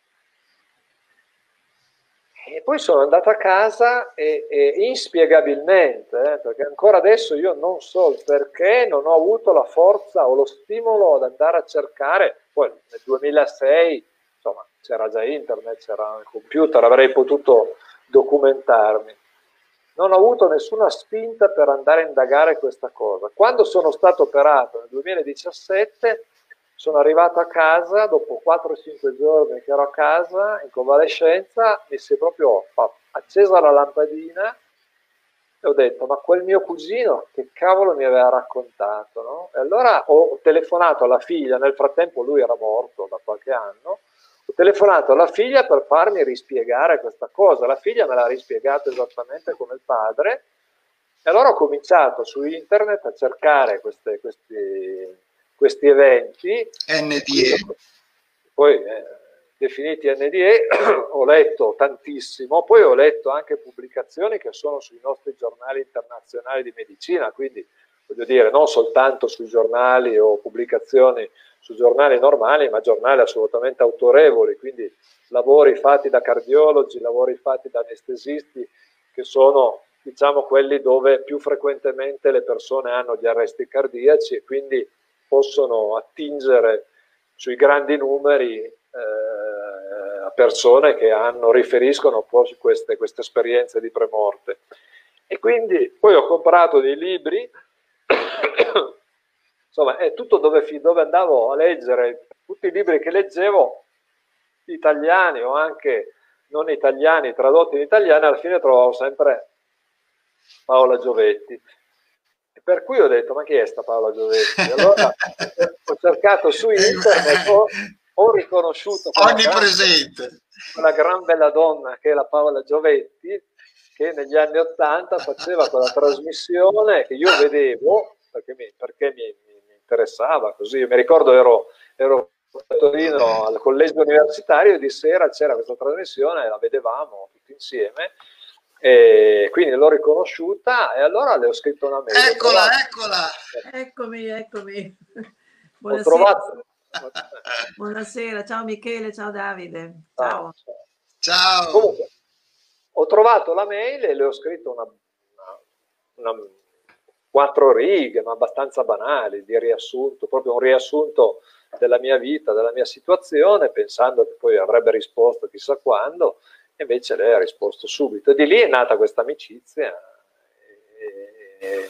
E poi sono andato a casa e, e inspiegabilmente, eh, perché ancora adesso io non so il perché, non ho avuto la forza o lo stimolo ad andare a cercare. Poi nel duemilasei, insomma, c'era già internet, c'era il computer, avrei potuto documentarmi. Non ho avuto nessuna spinta per andare a indagare questa cosa. Quando sono stato operato nel duemiladiciassette, sono arrivato a casa, dopo quattro cinque giorni che ero a casa, in convalescenza, mi si è proprio accesa la lampadina e ho detto, ma quel mio cugino che cavolo mi aveva raccontato, no? E allora ho telefonato alla figlia, nel frattempo lui era morto da qualche anno, ho telefonato alla figlia per farmi rispiegare questa cosa. La figlia me l'ha rispiegato esattamente come il padre e allora ho cominciato su internet a cercare queste, questi, questi eventi N D E, poi eh, definiti N D E. Ho letto tantissimo, poi ho letto anche pubblicazioni che sono sui nostri giornali internazionali di medicina, quindi voglio dire non soltanto sui giornali o pubblicazioni su giornali normali, ma giornali assolutamente autorevoli, quindi lavori fatti da cardiologi, lavori fatti da anestesisti, che sono, diciamo, quelli dove più frequentemente le persone hanno gli arresti cardiaci e quindi possono attingere sui grandi numeri eh, a persone che hanno, riferiscono poi queste, queste esperienze di premorte. E quindi poi ho comprato dei libri. Insomma, è tutto dove, dove andavo a leggere, tutti i libri che leggevo, italiani o anche non italiani, tradotti in italiano, alla fine trovavo sempre Paola Giovetti. E per cui ho detto, ma chi è sta Paola Giovetti? Allora ho cercato su internet, ho, ho riconosciuto quella onnipresente, gran, quella gran bella donna che è la Paola Giovetti, che negli anni Ottanta faceva quella trasmissione che io vedevo, perché mi, perché mi, mi interessava così. Io mi ricordo ero, ero a Torino al collegio universitario e di sera c'era questa trasmissione e la vedevamo tutti insieme e quindi l'ho riconosciuta e allora le ho scritto una mail. Eccola, eccola! Eccomi, eccomi. Buonasera. Buonasera. Trovato... Buonasera, ciao Michele, ciao Davide. Ciao. Ah, ciao. Ciao! Comunque, ho trovato la mail e le ho scritto una, una, una quattro righe, ma abbastanza banali, di riassunto, proprio un riassunto della mia vita, della mia situazione, pensando che poi avrebbe risposto chissà quando, e invece lei ha risposto subito. E di lì è nata questa amicizia, e, e,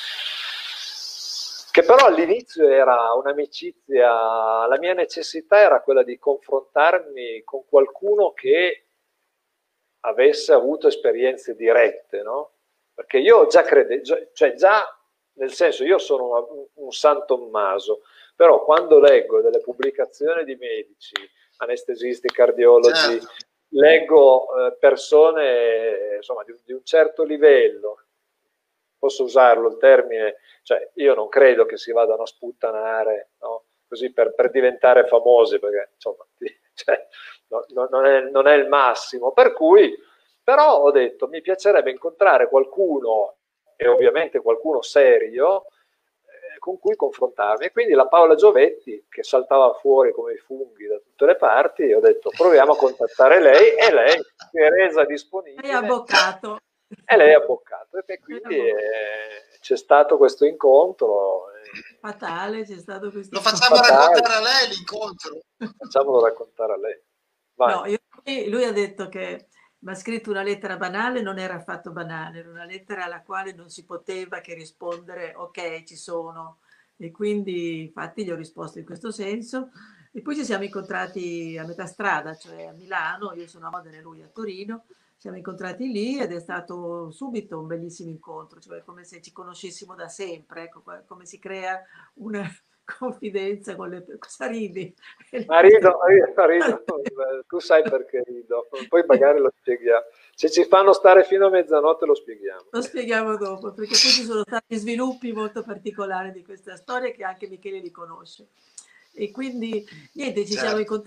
che però all'inizio era un'amicizia, la mia necessità era quella di confrontarmi con qualcuno che avesse avuto esperienze dirette, no? Perché io già credevo, cioè già nel senso io sono una, un San Tommaso, però quando leggo delle pubblicazioni di medici, anestesisti, cardiologi, certo. leggo eh, persone insomma di, di un certo livello, posso usarlo il termine, cioè io non credo che si vadano a sputtanare, no? Così per, per diventare famosi, perché insomma cioè, no, no, non, è, non è il massimo, per cui però ho detto mi piacerebbe incontrare qualcuno, e ovviamente qualcuno serio, eh, con cui confrontarmi. E quindi la Paola Giovetti, che saltava fuori come i funghi da tutte le parti, ho detto proviamo a contattare lei, e lei si è resa disponibile. Lei ha boccato. E lei ha boccato, e quindi eh, c'è stato questo incontro. Fatale, c'è stato questo Lo facciamo Fatale. raccontare a lei l'incontro. Facciamolo raccontare a lei. Vai. No, io, lui ha detto che mi ha scritto una lettera banale, non era affatto banale, era una lettera alla quale non si poteva che rispondere ok, ci sono. E quindi infatti gli ho risposto in questo senso. E poi ci siamo incontrati a metà strada, cioè a Milano, io sono a Modena e lui a Torino. Ci siamo incontrati lì ed è stato subito un bellissimo incontro, cioè come se ci conoscessimo da sempre, ecco, come si crea una confidenza con le persone. Cosa ridi? Ma rido, rido, rido, tu sai perché rido, poi magari lo spieghiamo. Se ci fanno stare fino a mezzanotte lo spieghiamo. Lo spieghiamo dopo, perché poi ci sono stati sviluppi molto particolari di questa storia che anche Michele li conosce. E quindi niente, ci Certo. siamo incontrati.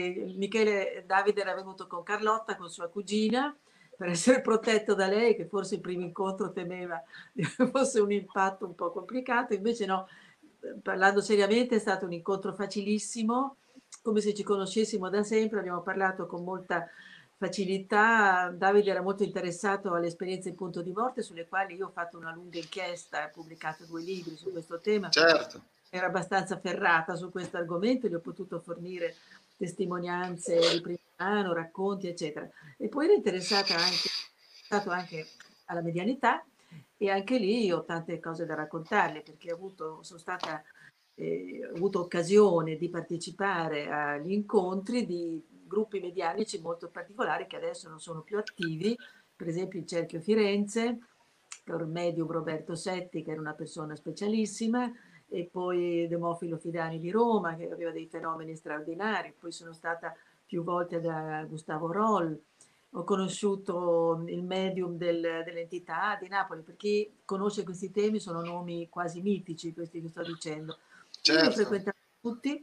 Michele Davide era venuto con Carlotta, con sua cugina, per essere protetto da lei, che forse il primo incontro temeva fosse un impatto un po' complicato, invece no, parlando seriamente è stato un incontro facilissimo, come se ci conoscessimo da sempre, abbiamo parlato con molta facilità. Davide era molto interessato alle esperienze in punto di morte, sulle quali io ho fatto una lunga inchiesta, ho pubblicato due libri su questo tema, Certo. era abbastanza ferrata su questo argomento, gli ho potuto fornire testimonianze di prima mano, racconti, eccetera. E poi era interessata anche, stato anche alla medianità, e anche lì ho tante cose da raccontarle, perché ho avuto, sono stata, eh, ho avuto occasione di partecipare agli incontri di gruppi medianici molto particolari che adesso non sono più attivi, per esempio il Cerchio Firenze, il medium Roberto Setti, che era una persona specialissima, e poi Demofilo Fidani di Roma, che aveva dei fenomeni straordinari. Poi sono stata più volte da Gustavo Roll, ho conosciuto il medium del, dell'entità di Napoli. Per chi conosce questi temi sono nomi quasi mitici, questi che sto dicendo. Quindi li ho Certo. frequentati tutti.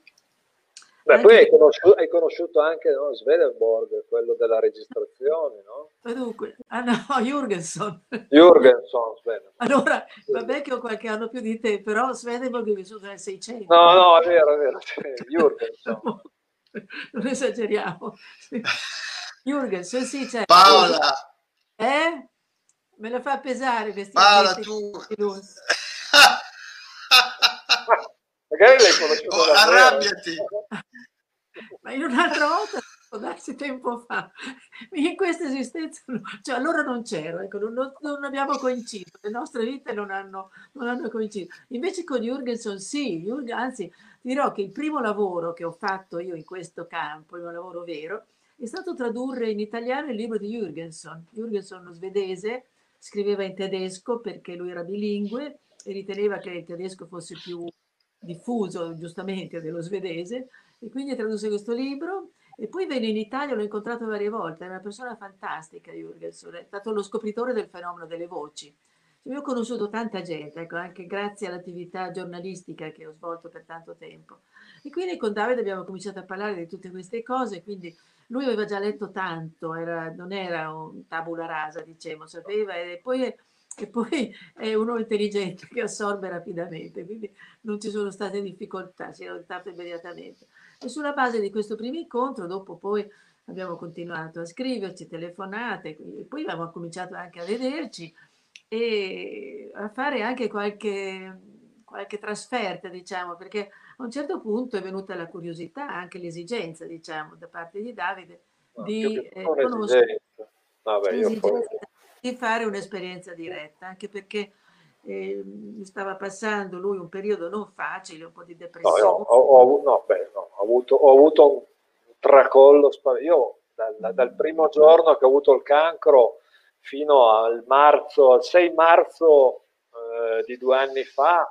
Beh, Anche poi hai per- conosciuto, hai conosciuto anche, no, Swedenborg, quello della registrazione, no? Dunque, ah no, Jurgenson. Jürgenson, Swedenborg. Allora, vabbè che ho qualche anno più di te, però Swedenborg è vissuto nel seicento. No, no, è vero, è vero, cioè, Jürgenson. Non esageriamo. Jurgenson, sì, certo. Paola, Eh? Me la fa pesare questi Paola, annetti tu... di lui. Magari l'hai conosciuto Oh, davvero. arrabbiati. Ma in un'altra volta, può darsi tempo fa, in questa esistenza, no, cioè allora non c'ero, ecco, non, non- non abbiamo coinciso, le nostre vite non hanno, non hanno coinciso. Invece con Jurgenson sì, Jürgen- anzi ti dirò che il primo lavoro che ho fatto io in questo campo, il mio lavoro vero, è stato tradurre in italiano il libro di Jurgenson. Jurgenson, uno svedese, scriveva in tedesco perché lui era bilingue e riteneva che il tedesco fosse più diffuso, giustamente, dello svedese, e quindi tradusse questo libro. E poi venne in Italia, l'ho incontrato varie volte, è una persona fantastica, Jürgenson, è stato lo scopritore del fenomeno delle voci. Io ho conosciuto tanta gente, ecco, anche grazie all'attività giornalistica che ho svolto per tanto tempo. E quindi con Davide abbiamo cominciato a parlare di tutte queste cose, quindi lui aveva già letto tanto, era, non era un tabula rasa, diciamo, sapeva, e poi, e poi è uno intelligente che assorbe rapidamente, quindi non ci sono state difficoltà, si è adottato immediatamente. E sulla base di questo primo incontro, dopo poi abbiamo continuato a scriverci, telefonate, e poi abbiamo cominciato anche a vederci e a fare anche qualche, qualche trasferta, diciamo, perché a un certo punto è venuta la curiosità, anche l'esigenza, diciamo, da parte di Davide No, più di che eh, conoscere, un'esigenza. Vabbè, io poi... l'esigenza di fare un'esperienza diretta, anche perché eh, stava passando lui un periodo non facile, un po' di No, io depressione. ho, ho avu- no, beh, no, ho avuto, ho avuto un tracollo. spa- Io dal, dal primo giorno che ho avuto il cancro fino al marzo, al sei marzo eh, di due anni fa,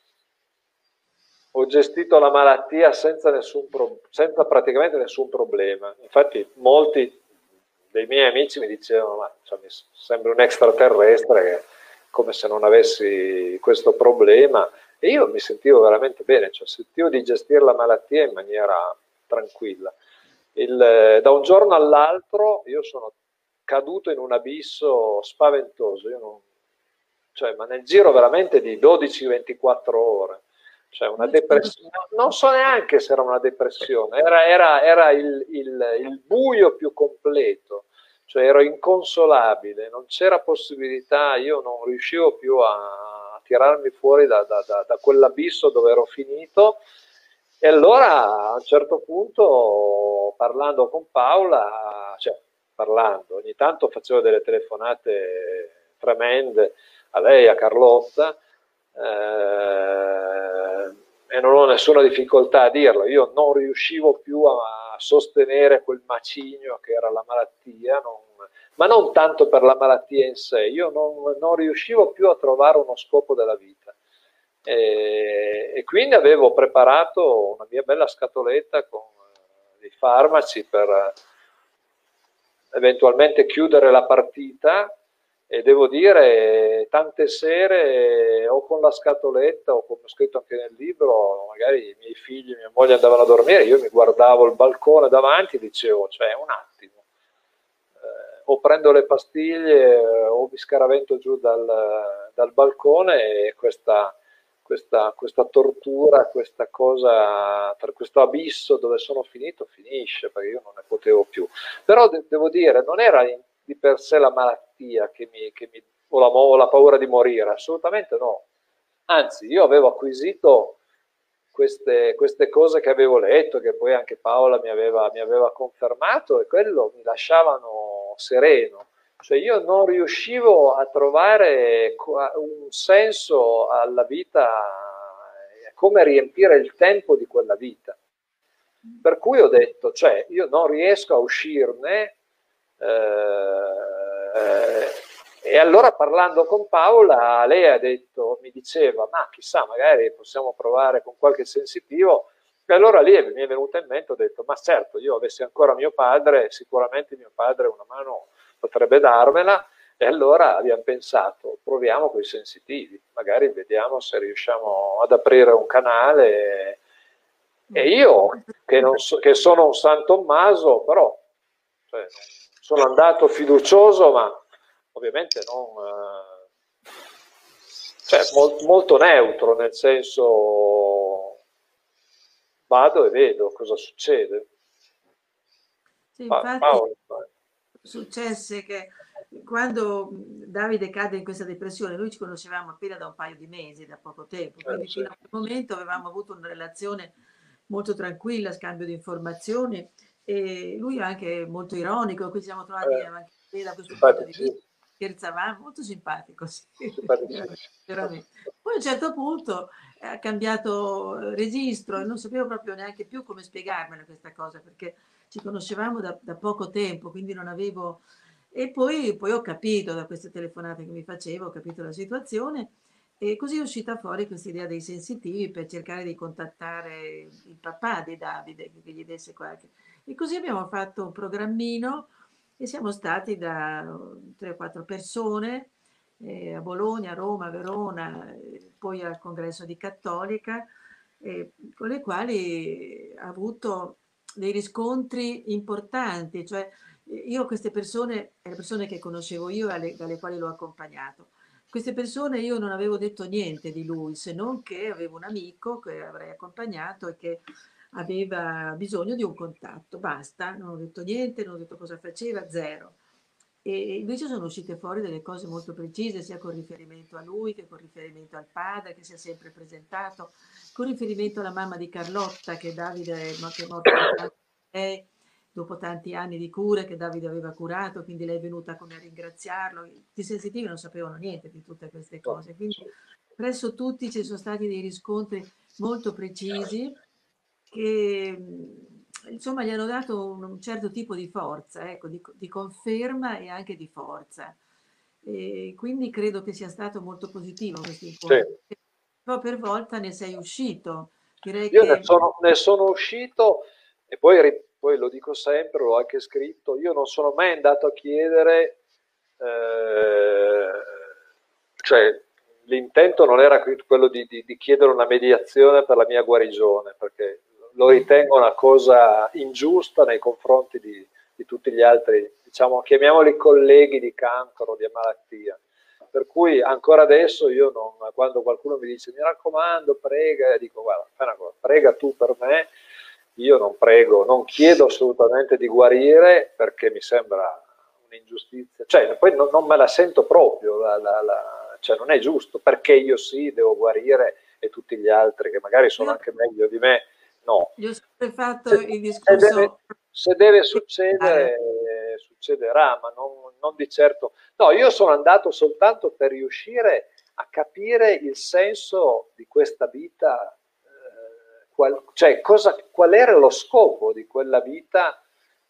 ho gestito la malattia senza, nessun pro- senza praticamente nessun problema. Infatti molti dei miei amici mi dicevano, ma cioè, mi sembri un extraterrestre, che, come se non avessi questo problema. E io mi sentivo veramente bene, cioè sentivo di gestire la malattia in maniera tranquilla. Il, da un giorno all'altro io sono caduto in un abisso spaventoso. Io non, cioè, ma nel giro veramente di dodici ventiquattro ore. Cioè una depressione, non so neanche se era una depressione, era, era, era il, il, il buio più completo, cioè ero inconsolabile, non c'era possibilità, io non riuscivo più a, a tirarmi fuori da, da, da, da quell'abisso dove ero finito. E allora a un certo punto, parlando con Paola, cioè parlando, ogni tanto facevo delle telefonate tremende a lei, a Carlotta, eh, e non ho nessuna difficoltà a dirlo, io non riuscivo più a sostenere quel macigno che era la malattia, non, ma non tanto per la malattia in sé, io non, non riuscivo più a trovare uno scopo della vita. E, e quindi avevo preparato una mia bella scatoletta con dei farmaci per eventualmente chiudere la partita, e devo dire tante sere o con la scatoletta o come ho scritto anche nel libro, magari i miei figli e mia moglie andavano a dormire, io mi guardavo il balcone davanti e dicevo, cioè un attimo, eh, o prendo le pastiglie o mi scaravento giù dal, dal balcone, e questa Questa, questa tortura, questa cosa, per questo abisso dove sono finito, finisce, perché io non ne potevo più. Però de devo dire, non era in, di per sé la malattia che mi, che mi, o, la, o la paura di morire, assolutamente no. Anzi, io avevo acquisito queste, queste cose che avevo letto, che poi anche Paola mi aveva, mi aveva confermato, e quello mi lasciavano sereno. Cioè io non riuscivo a trovare un senso alla vita, come riempire il tempo di quella vita. Per cui ho detto, cioè io non riesco a uscirne, eh, e allora parlando con Paola, lei ha detto, mi diceva, ma chissà, magari possiamo provare con qualche sensitivo. E allora lì mi è venuta in mente, ho detto, ma certo, io avessi ancora mio padre, sicuramente mio padre una mano potrebbe darmela, e allora abbiamo pensato, proviamo con i sensitivi, magari vediamo se riusciamo ad aprire un canale. E io, che, non so, che sono un San Tommaso, però cioè, sono andato fiducioso, ma ovviamente non, eh, cioè, molt, molto neutro, nel senso vado e vedo cosa succede. Sì, infatti, Paolo, successe che quando Davide cadde in questa depressione, noi ci conoscevamo appena da un paio di mesi, da poco tempo, quindi eh, sì. fino a quel momento avevamo avuto una relazione molto tranquilla, scambio di informazioni, e lui è anche molto ironico, qui ci siamo trovati Eh, anche da questo punto di infatti, vista, sì. scherzavamo, molto simpatico, sì, Infatti, sì. veramente, veramente. Poi a un certo punto ha cambiato registro e non sapevo proprio neanche più come spiegarmela questa cosa, perché ci conoscevamo da, da poco tempo, quindi non avevo... E poi, poi ho capito da queste telefonate che mi facevo, ho capito la situazione, e così è uscita fuori questa idea dei sensitivi per cercare di contattare il papà di Davide, che gli desse qualche... E così abbiamo fatto un programmino e siamo stati da tre o quattro persone, eh, a Bologna, a Roma, a Verona, eh, poi al congresso di Cattolica, eh, con le quali ha avuto dei riscontri importanti, cioè io queste persone, le persone che conoscevo io e alle, dalle quali l'ho accompagnato, queste persone io non avevo detto niente di lui, se non che avevo un amico che avrei accompagnato e che aveva bisogno di un contatto, basta, non ho detto niente, non ho detto cosa faceva, zero. E invece sono uscite fuori delle cose molto precise, sia con riferimento a lui che con riferimento al padre, che si è sempre presentato, con riferimento alla mamma di Carlotta, che Davide che è morto pochi anni fa, lei, dopo tanti anni di cure che Davide aveva curato, quindi lei è venuta come a ringraziarlo. I sensitivi non sapevano niente di tutte queste cose, quindi presso tutti ci sono stati dei riscontri molto precisi che insomma gli hanno dato un certo tipo di forza, ecco, di, di conferma e anche di forza. E quindi credo che sia stato molto positivo questo incontro. Sì. Un po' per volta ne sei uscito. Direi Io ne che... sono, ne sono uscito, e poi, poi lo dico sempre, l'ho anche scritto, io non sono mai andato a chiedere, eh, cioè l'intento non era quello di, di, di chiedere una mediazione per la mia guarigione, perché lo ritengo una cosa ingiusta nei confronti di, di tutti gli altri, diciamo, chiamiamoli colleghi di cancro, di malattia. per cui ancora adesso io non, quando qualcuno mi dice mi raccomando, prega, dico guarda, fai una cosa, prega tu per me, io non prego, non chiedo assolutamente di guarire perché mi sembra un'ingiustizia, cioè poi non, non me la sento proprio, la, la, la, cioè non è giusto, perché io sì devo guarire e tutti gli altri che magari sono anche meglio di me, no. Io ho sempre fatto Se, il se deve, discorso... se deve succedere, eh, succederà, ma non, non di certo. No, io sono andato soltanto per riuscire a capire il senso di questa vita, eh, qual, cioè cosa, qual era lo scopo di quella vita,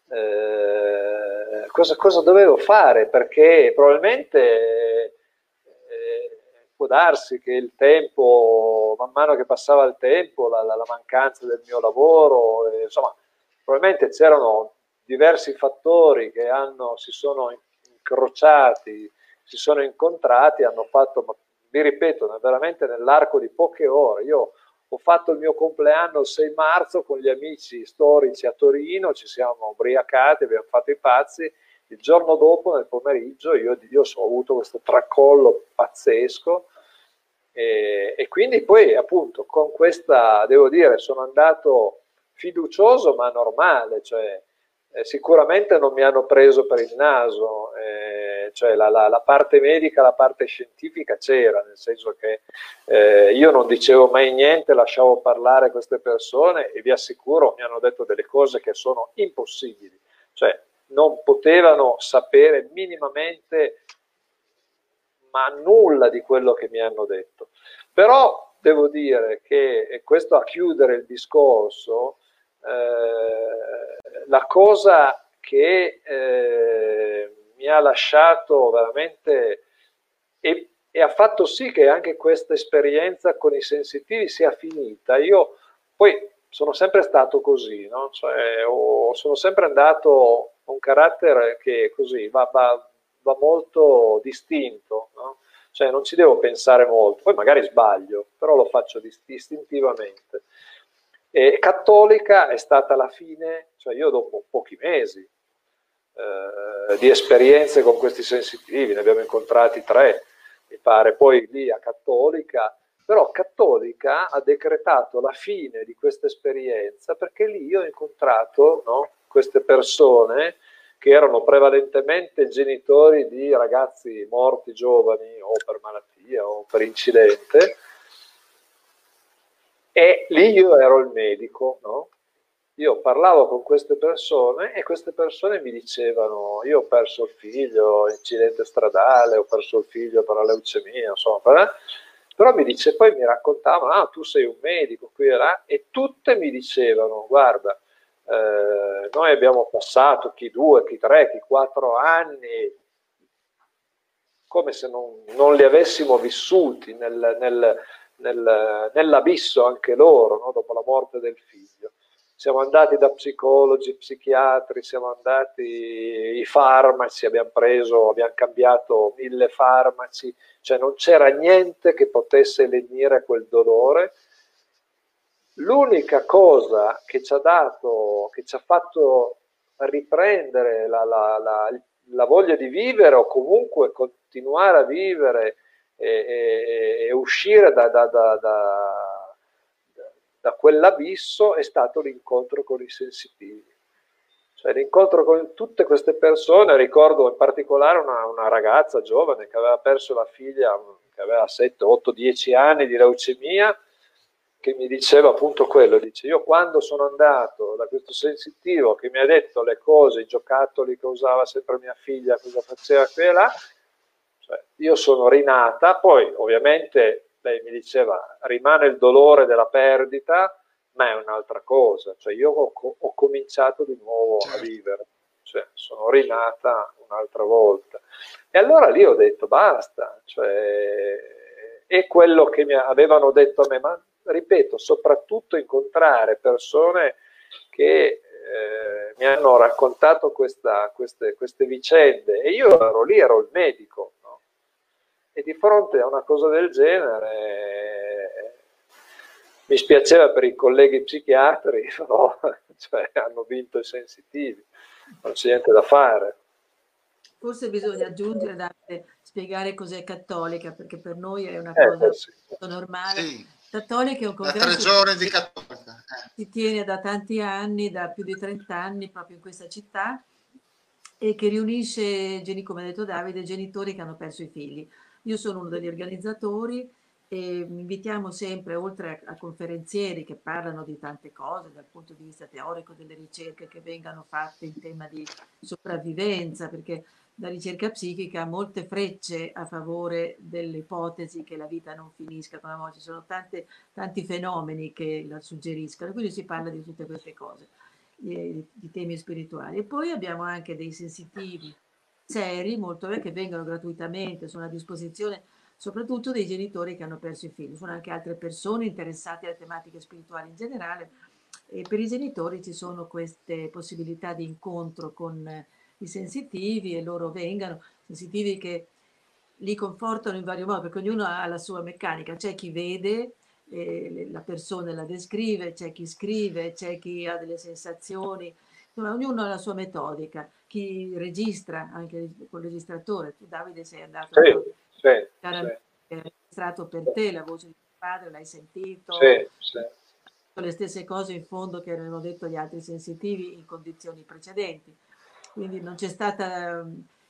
eh, cosa, cosa dovevo fare, perché probabilmente eh, può darsi che il tempo, man mano che passava il tempo, la, la, la mancanza del mio lavoro, eh, insomma, probabilmente c'erano diversi fattori che hanno, si sono incrociati, si sono incontrati, hanno fatto, ma vi ripeto, veramente nell'arco di poche ore. Io ho fatto il mio compleanno il sei marzo con gli amici storici a Torino, ci siamo ubriacati, abbiamo fatto i pazzi. Il giorno dopo, nel pomeriggio, io, io ho avuto questo tracollo pazzesco e, e quindi poi appunto con questa, devo dire, sono andato fiducioso ma normale, cioè eh, sicuramente non mi hanno preso per il naso, eh, cioè la, la, la parte medica, la parte scientifica c'era, nel senso che eh, io non dicevo mai niente, lasciavo parlare queste persone e vi assicuro mi hanno detto delle cose che sono impossibili, cioè non potevano sapere minimamente ma nulla di quello che mi hanno detto. Però devo dire che, e questo a chiudere il discorso, eh, la cosa che eh, mi ha lasciato veramente e, e ha fatto sì che anche questa esperienza con i sensitivi sia finita. Io poi sono sempre stato così, no? Cioè, ho, sono sempre andato con un carattere che così va, va, va molto distinto, no? Cioè non ci devo pensare molto, poi magari sbaglio, però lo faccio dist istintivamente. E cattolica è stata la fine, cioè io dopo pochi mesi eh, di esperienze con questi sensitivi, ne abbiamo incontrati tre, mi pare, poi lì a Cattolica, però Cattolica ha decretato la fine di questa esperienza perché lì io ho incontrato, no, queste persone che erano prevalentemente genitori di ragazzi morti giovani o per malattia o per incidente, e lì io ero il medico, no? Io parlavo con queste persone e queste persone mi dicevano io ho perso il figlio, incidente stradale, ho perso il figlio per la leucemia, insomma, eh? Però mi dice, poi mi raccontavano, ah, tu sei un medico qui e là, e tutte mi dicevano, guarda, eh, noi abbiamo passato chi due, chi tre, chi quattro anni, come se non, non li avessimo vissuti nel, nel, nel, nell'abisso anche loro, no? Dopo la morte del figlio. Siamo andati da psicologi, psichiatri, siamo andati, i farmaci, abbiamo preso, abbiamo cambiato mille farmaci, cioè non c'era niente che potesse lenire quel dolore. L'unica cosa che ci ha dato, che ci ha fatto riprendere la, la, la, la voglia di vivere o comunque continuare a vivere e, e, e uscire da, da, da, da, da quell'abisso è stato l'incontro con i sensitivi. Cioè l'incontro con tutte queste persone, ricordo in particolare una, una ragazza giovane che aveva perso la figlia, che aveva sette, otto, dieci anni di leucemia, che mi diceva appunto quello, dice io quando sono andato da questo sensitivo che mi ha detto le cose, i giocattoli che usava sempre mia figlia, cosa faceva qui e là, cioè, io sono rinata, poi ovviamente lei mi diceva rimane il dolore della perdita, ma è un'altra cosa, cioè io ho, ho cominciato di nuovo a vivere, cioè sono rinata un'altra volta. E allora lì ho detto basta, cioè, e quello che mi avevano detto a me, ma ripeto, soprattutto incontrare persone che eh, mi hanno raccontato questa, queste, queste vicende e io ero lì, ero il medico, no? E di fronte a una cosa del genere eh, mi spiaceva per i colleghi psichiatri, però cioè, hanno vinto i sensitivi, non c'è niente da fare. Forse bisogna aggiungere, Davide, spiegare cos'è cattolica, perché per noi è una Eh, cosa eh sì. normale. Sì, Cattolica è un da tre congresso giorni di cattolica. Eh. si tiene da tanti anni, da più di trenta anni, proprio in questa città, e che riunisce, geni- come ha detto Davide, genitori che hanno perso i figli. Io sono uno degli organizzatori e invitiamo sempre, oltre a, a conferenzieri che parlano di tante cose dal punto di vista teorico, delle ricerche che vengano fatte in tema di sopravvivenza, perché la ricerca psichica ha molte frecce a favore dell'ipotesi che la vita non finisca con la morte. Ci sono tante, tanti fenomeni che la suggeriscono, quindi si parla di tutte queste cose, di, di temi spirituali. E poi abbiamo anche dei sensitivi seri, molto bene, che vengono gratuitamente, sono a disposizione soprattutto dei genitori che hanno perso i figli. Sono anche altre persone interessate alle tematiche spirituali in generale, e per i genitori ci sono queste possibilità di incontro con eh, i sensitivi, e loro vengano, sensitivi che li confortano in vario modo, perché ognuno ha la sua meccanica. C'è chi vede, eh, la persona la descrive, c'è chi scrive, c'è chi ha delle sensazioni, insomma, ognuno ha la sua metodica, chi registra anche col registratore. Tu, Davide, sei andato Sì, proprio sì, sì, chiaramente, hai registrato per te la voce di tuo padre, l'hai sentito, sì, sì. le stesse cose in fondo che avevano detto gli altri sensitivi in condizioni precedenti. Quindi non c'è stata,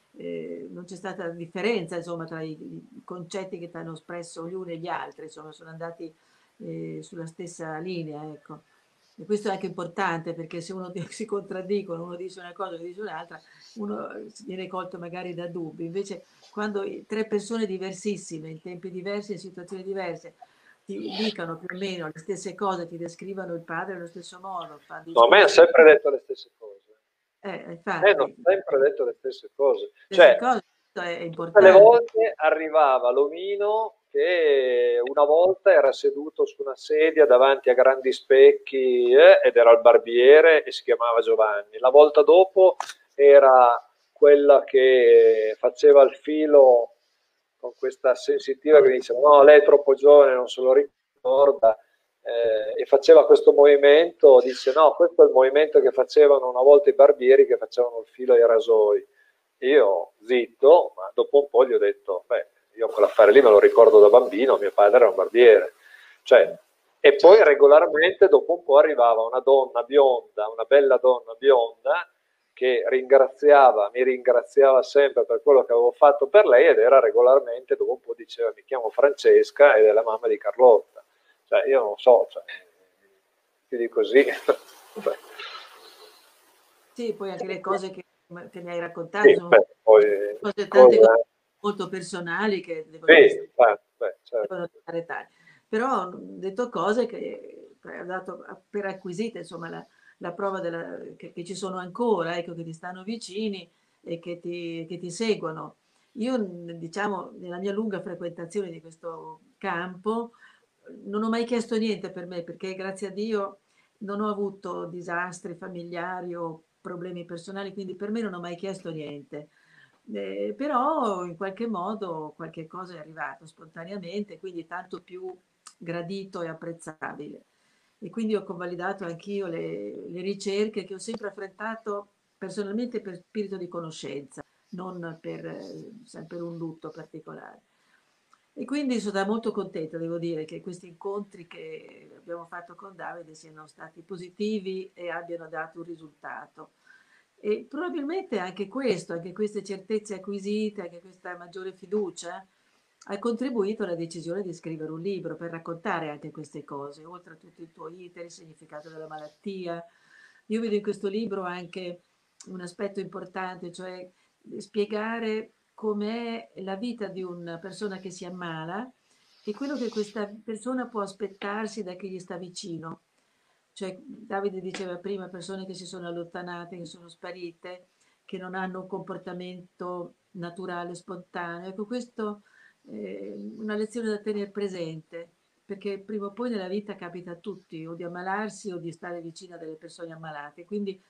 eh, non c'è stata differenza, insomma, tra i, i concetti che ti hanno espresso gli uni e gli altri, insomma, sono andati eh, sulla stessa linea, ecco. E questo è anche importante, perché se uno si contraddicono, uno dice una cosa e uno dice un'altra, uno viene colto magari da dubbi. Invece, quando tre persone diversissime, in tempi diversi, in situazioni diverse, ti dicano più o meno le stesse cose, ti descrivano il padre allo stesso modo, fa No, a me ha discorsi, sempre detto le stesse cose. eh, Eh, hanno infatti, sempre detto le stesse cose. stesse Cioè, cose, questo è tutte le importante. volte arrivava l'omino che una volta era seduto su una sedia davanti a grandi specchi eh, ed era il barbiere e si chiamava Giovanni. La volta dopo era quella che faceva il filo con questa sensitiva che diceva no, lei è troppo giovane, non se lo ricorda, eh, e faceva questo movimento, dice no, questo è il movimento che facevano una volta i barbieri che facevano il filo ai rasoi. Io zitto, ma dopo un po' gli ho detto, beh, io quell'affare lì me lo ricordo da bambino, mio padre era un barbiere. Cioè, e poi regolarmente dopo un po' arrivava una donna bionda, una bella donna bionda, che ringraziava, mi ringraziava sempre per quello che avevo fatto per lei, ed era regolarmente, dopo un po' diceva mi chiamo Francesca ed è la mamma di Carlotta. Cioè, io non so, cioè, più di così. Sì, poi anche le cose che, che mi hai raccontato Sì, sono beh, poi cose, tante cose cosa... molto personali che devono essere, Sì, beh, beh, certo. devono stare tali. Però ho detto cose che ho dato per acquisite, insomma, la, la prova della, che, che ci sono ancora, ecco, che ti stanno vicini e che ti, che ti seguono. Io, diciamo, nella mia lunga frequentazione di questo campo, non ho mai chiesto niente per me, perché grazie a Dio non ho avuto disastri familiari o problemi personali, quindi per me non ho mai chiesto niente. Eh, però in qualche modo qualche cosa è arrivato spontaneamente, quindi tanto più gradito e apprezzabile. E quindi ho convalidato anch'io le, le ricerche che ho sempre affrontato personalmente per spirito di conoscenza, non per, eh, per un lutto particolare. E quindi sono stata molto contenta, devo dire, che questi incontri che abbiamo fatto con Davide siano stati positivi e abbiano dato un risultato. E probabilmente anche questo, anche queste certezze acquisite, anche questa maggiore fiducia, ha contribuito alla decisione di scrivere un libro per raccontare anche queste cose, oltre a tutto il tuo iter, il significato della malattia. Io vedo in questo libro anche un aspetto importante, cioè spiegare com'è la vita di una persona che si ammala e quello che questa persona può aspettarsi da chi gli sta vicino. Cioè, Davide diceva prima, persone che si sono allontanate, che sono sparite, che non hanno un comportamento naturale, spontaneo. Ecco, questo è una lezione da tenere presente, perché prima o poi nella vita capita a tutti, o di ammalarsi o di stare vicino a delle persone ammalate. Quindi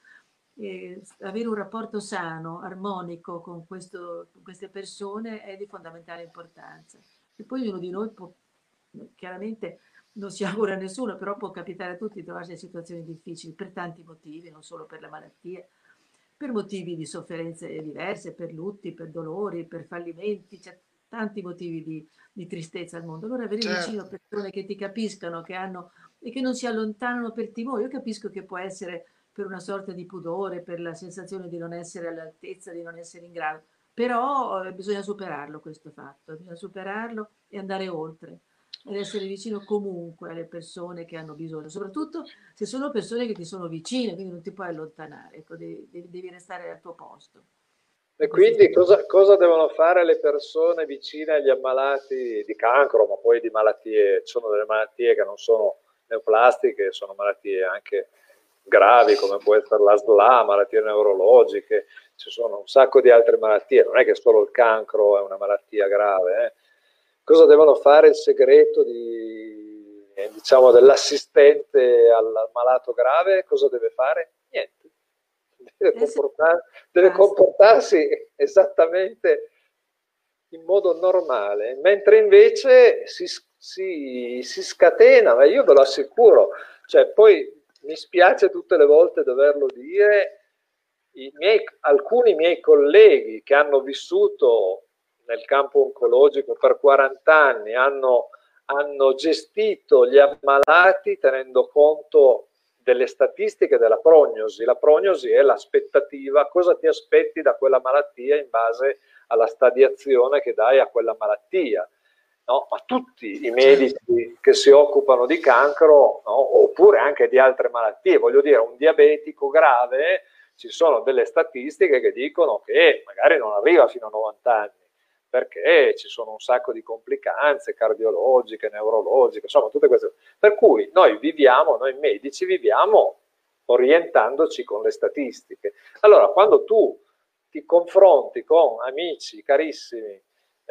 eh, avere un rapporto sano, armonico con, questo, con queste persone è di fondamentale importanza. E poi ognuno di noi può, chiaramente non si augura a nessuno, però può capitare a tutti di trovarsi in situazioni difficili per tanti motivi, non solo per le malattie, per motivi di sofferenze diverse, per lutti, per dolori, per fallimenti, cioè tanti motivi di, di tristezza al mondo. Allora avere certo. vicino persone che ti capiscano, che hanno e che non si allontanano per timore. Io capisco che può essere per una sorta di pudore, per la sensazione di non essere all'altezza, di non essere in grado, però eh, bisogna superarlo questo fatto, bisogna superarlo e andare oltre ed essere vicino comunque alle persone che hanno bisogno, soprattutto se sono persone che ti sono vicine, quindi non ti puoi allontanare, ecco, devi, devi- devi restare al tuo posto. E In queste quindi situazioni. cosa, cosa devono fare le persone vicine agli ammalati di cancro, ma poi di malattie? Ci sono delle malattie che non sono neoplastiche, sono malattie anche gravi, come può essere la S L A, malattie neurologiche, ci sono un sacco di altre malattie, non è che solo il cancro è una malattia grave. Eh. Cosa devono fare il segreto di, eh, diciamo, dell'assistente al, al malato grave? Cosa deve fare? Niente. Deve, Essere comportar, deve comportarsi esattamente in modo normale, mentre invece si, si, si scatena, ma io ve lo assicuro, cioè poi mi spiace tutte le volte doverlo dire, i miei, alcuni miei colleghi che hanno vissuto nel campo oncologico per quaranta anni, hanno, hanno gestito gli ammalati tenendo conto delle statistiche della prognosi. La prognosi è l'aspettativa, cosa ti aspetti da quella malattia in base alla stadiazione che dai a quella malattia. No? Ma tutti i medici che si occupano di cancro, no? Oppure anche di altre malattie, voglio dire, un diabetico grave, ci sono delle statistiche che dicono che magari non arriva fino a novanta anni, perché ci sono un sacco di complicanze cardiologiche, neurologiche, insomma tutte queste. Per cui noi viviamo, noi medici viviamo orientandoci con le statistiche. Allora, quando tu ti confronti con amici carissimi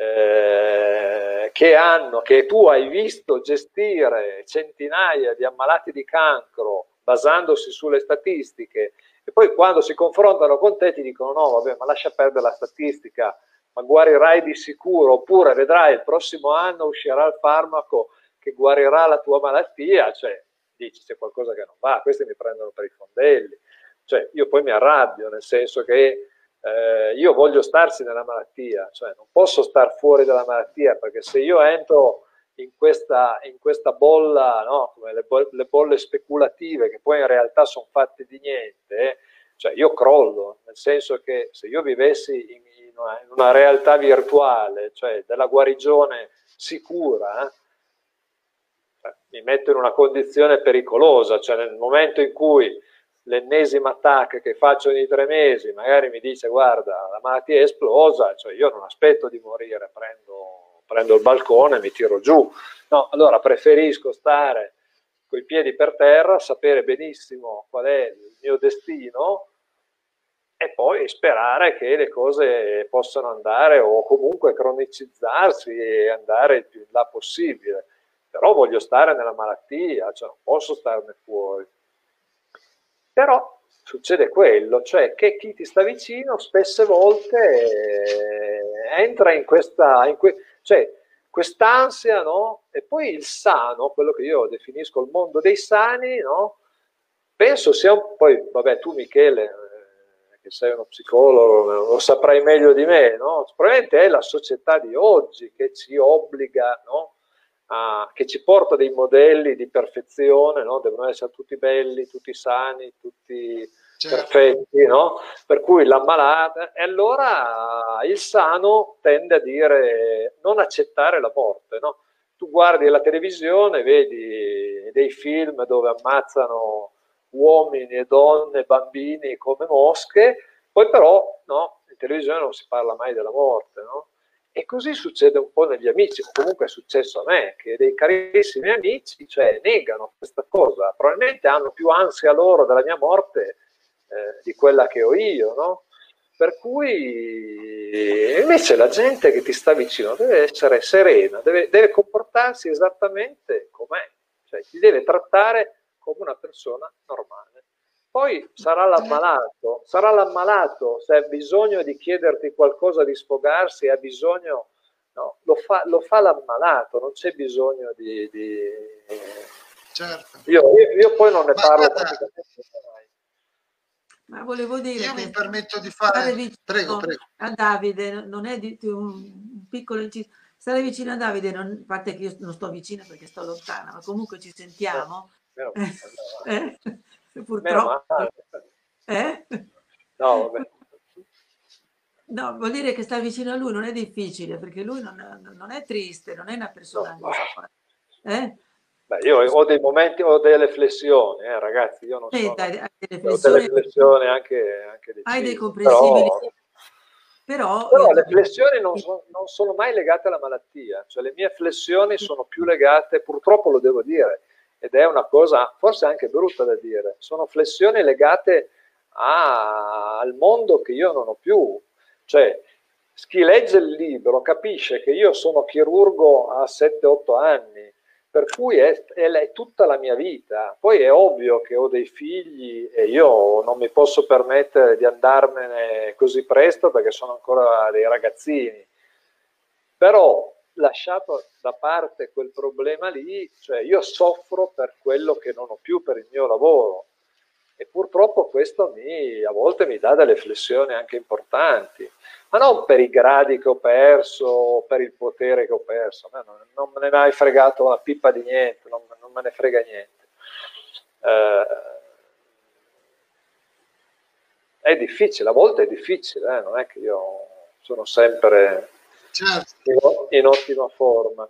eh, che hanno, che tu hai visto gestire centinaia di ammalati di cancro basandosi sulle statistiche, e poi quando si confrontano con te ti dicono no, vabbè, ma lascia perdere la statistica, ma guarirai di sicuro, oppure vedrai il prossimo anno uscirà il farmaco che guarirà la tua malattia, cioè dici c'è qualcosa che non va, questi mi prendono per i fondelli, cioè io poi mi arrabbio, nel senso che eh, io voglio starsi nella malattia, cioè non posso star fuori dalla malattia, perché se io entro in questa, in questa bolla, no? Come le, bo le bolle speculative che poi in realtà sono fatte di niente, eh? Cioè io crollo, nel senso che se io vivessi in, in, una, in una realtà virtuale, cioè della guarigione sicura, eh? Cioè, mi metto in una condizione pericolosa, cioè nel momento in cui l'ennesima attacco che faccio ogni tre mesi magari mi dice guarda la malattia è esplosa, cioè io non aspetto di morire, prendo, prendo il balcone e mi tiro giù, no, allora preferisco stare coi piedi per terra, sapere benissimo qual è il mio destino e poi sperare che le cose possano andare o comunque cronicizzarsi e andare il più in là possibile, però voglio stare nella malattia, cioè non posso starne fuori. Però succede quello, cioè che chi ti sta vicino spesse volte eh, entra in questa, in que cioè quest'ansia, no? E poi il sano, quello che io definisco il mondo dei sani, no? Penso sia un poi, vabbè, tu Michele, eh, che sei uno psicologo, lo saprai meglio di me, no? Probabilmente è la società di oggi che ci obbliga, no? Ah, che ci porta dei modelli di perfezione, no? Devono essere tutti belli, tutti sani, tutti certo. perfetti, no? Per cui l'ammalata, e allora il sano tende a dire non accettare la morte, no? Tu guardi la televisione, vedi dei film dove ammazzano uomini e donne, bambini come mosche, poi però, no? In televisione non si parla mai della morte, no? E così succede un po' negli amici, o comunque è successo a me, che dei carissimi amici, cioè, negano questa cosa, probabilmente hanno più ansia loro della mia morte eh, di quella che ho io, no? Per cui invece la gente che ti sta vicino deve essere serena, deve, deve comportarsi esattamente com'è, cioè ti deve trattare come una persona normale. Poi sarà l'ammalato, sarà l'ammalato se ha bisogno di chiederti qualcosa di sfogarsi, ha bisogno, no? Lo fa, lo fa l'ammalato, non c'è bisogno di... di... Certo. Io, io, io poi non ne Ma parlo guarda, praticamente mai. Ma volevo dire io che mi permetto di fare... vicino Prego, prego. a Davide non è di, un, un piccolo inciso. Stare vicino a Davide, non, a parte che io non sto vicino perché sto lontana, ma comunque ci sentiamo. Meno, Eh, eh, meno purtroppo. male. Eh? No, vabbè. No, vuol dire che stare vicino a lui non è difficile, perché lui non, non è triste, non è una persona No. angosciata. Eh? Beh, io ho dei momenti, ho delle flessioni, eh, ragazzi, io non Eh, sono... dai, hai delle Ho delle flessioni, flessioni anche, anche hai dei decise, comprensibili, però... però io Però ti le dico, flessioni non, so, non sono mai legate alla malattia, cioè le mie flessioni sono più legate, purtroppo lo devo dire, ed è una cosa forse anche brutta da dire, sono flessioni legate a, al mondo che io non ho più. Cioè, chi legge il libro capisce che io sono chirurgo a sette otto anni, per cui è, è, è tutta la mia vita. Poi è ovvio che ho dei figli e io non mi posso permettere di andarmene così presto perché sono ancora dei ragazzini. Però, lasciato da parte quel problema lì, cioè io soffro per quello che non ho più per il mio lavoro. E purtroppo questo mi, a volte mi dà delle flessioni anche importanti, ma non per i gradi che ho perso, per il potere che ho perso, non, non me ne è mai fregato una pippa di niente, non, non me ne frega niente. Eh, è difficile, a volte è difficile, eh? Non è che io sono sempre certo. in, in ottima forma.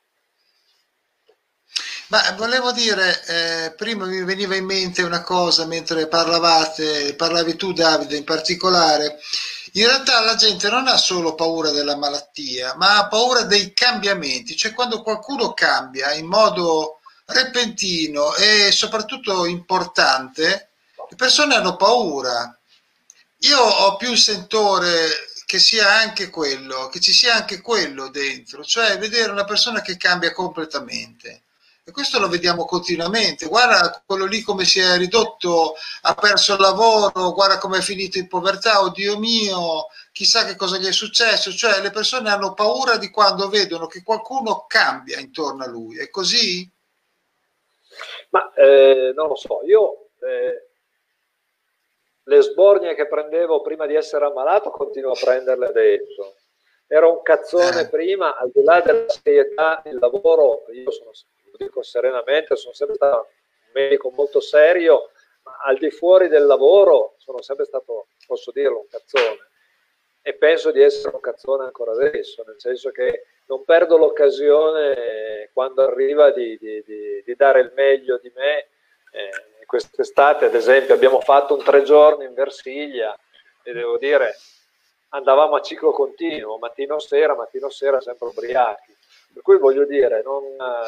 Ma volevo dire, eh, prima mi veniva in mente una cosa mentre parlavate, parlavi tu Davide in particolare, in realtà la gente non ha solo paura della malattia, ma ha paura dei cambiamenti, cioè quando qualcuno cambia in modo repentino e soprattutto importante, le persone hanno paura. Io ho più il sentore che sia anche quello, che ci sia anche quello dentro, cioè vedere una persona che cambia completamente. E questo lo vediamo continuamente. Guarda quello lì come si è ridotto, ha perso il lavoro, guarda come è finito in povertà, oddio mio, chissà che cosa gli è successo. Cioè le persone hanno paura di quando vedono che qualcuno cambia intorno a lui. È così? Ma eh, non lo so, io eh, le sbornie che prendevo prima di essere ammalato continuo a prenderle adesso. Ero un cazzone Eh. prima, al di là della serietà, il lavoro, io sono, lo dico serenamente, sono sempre stato un medico molto serio, ma al di fuori del lavoro sono sempre stato, posso dirlo, un cazzone. E penso di essere un cazzone ancora adesso, nel senso che non perdo l'occasione quando arriva di, di, di, di dare il meglio di me. Eh, quest'estate, ad esempio, abbiamo fatto un tre giorni in Versilia e devo dire, andavamo a ciclo continuo, mattino sera, mattino sera, sempre ubriachi. Per cui voglio dire, non,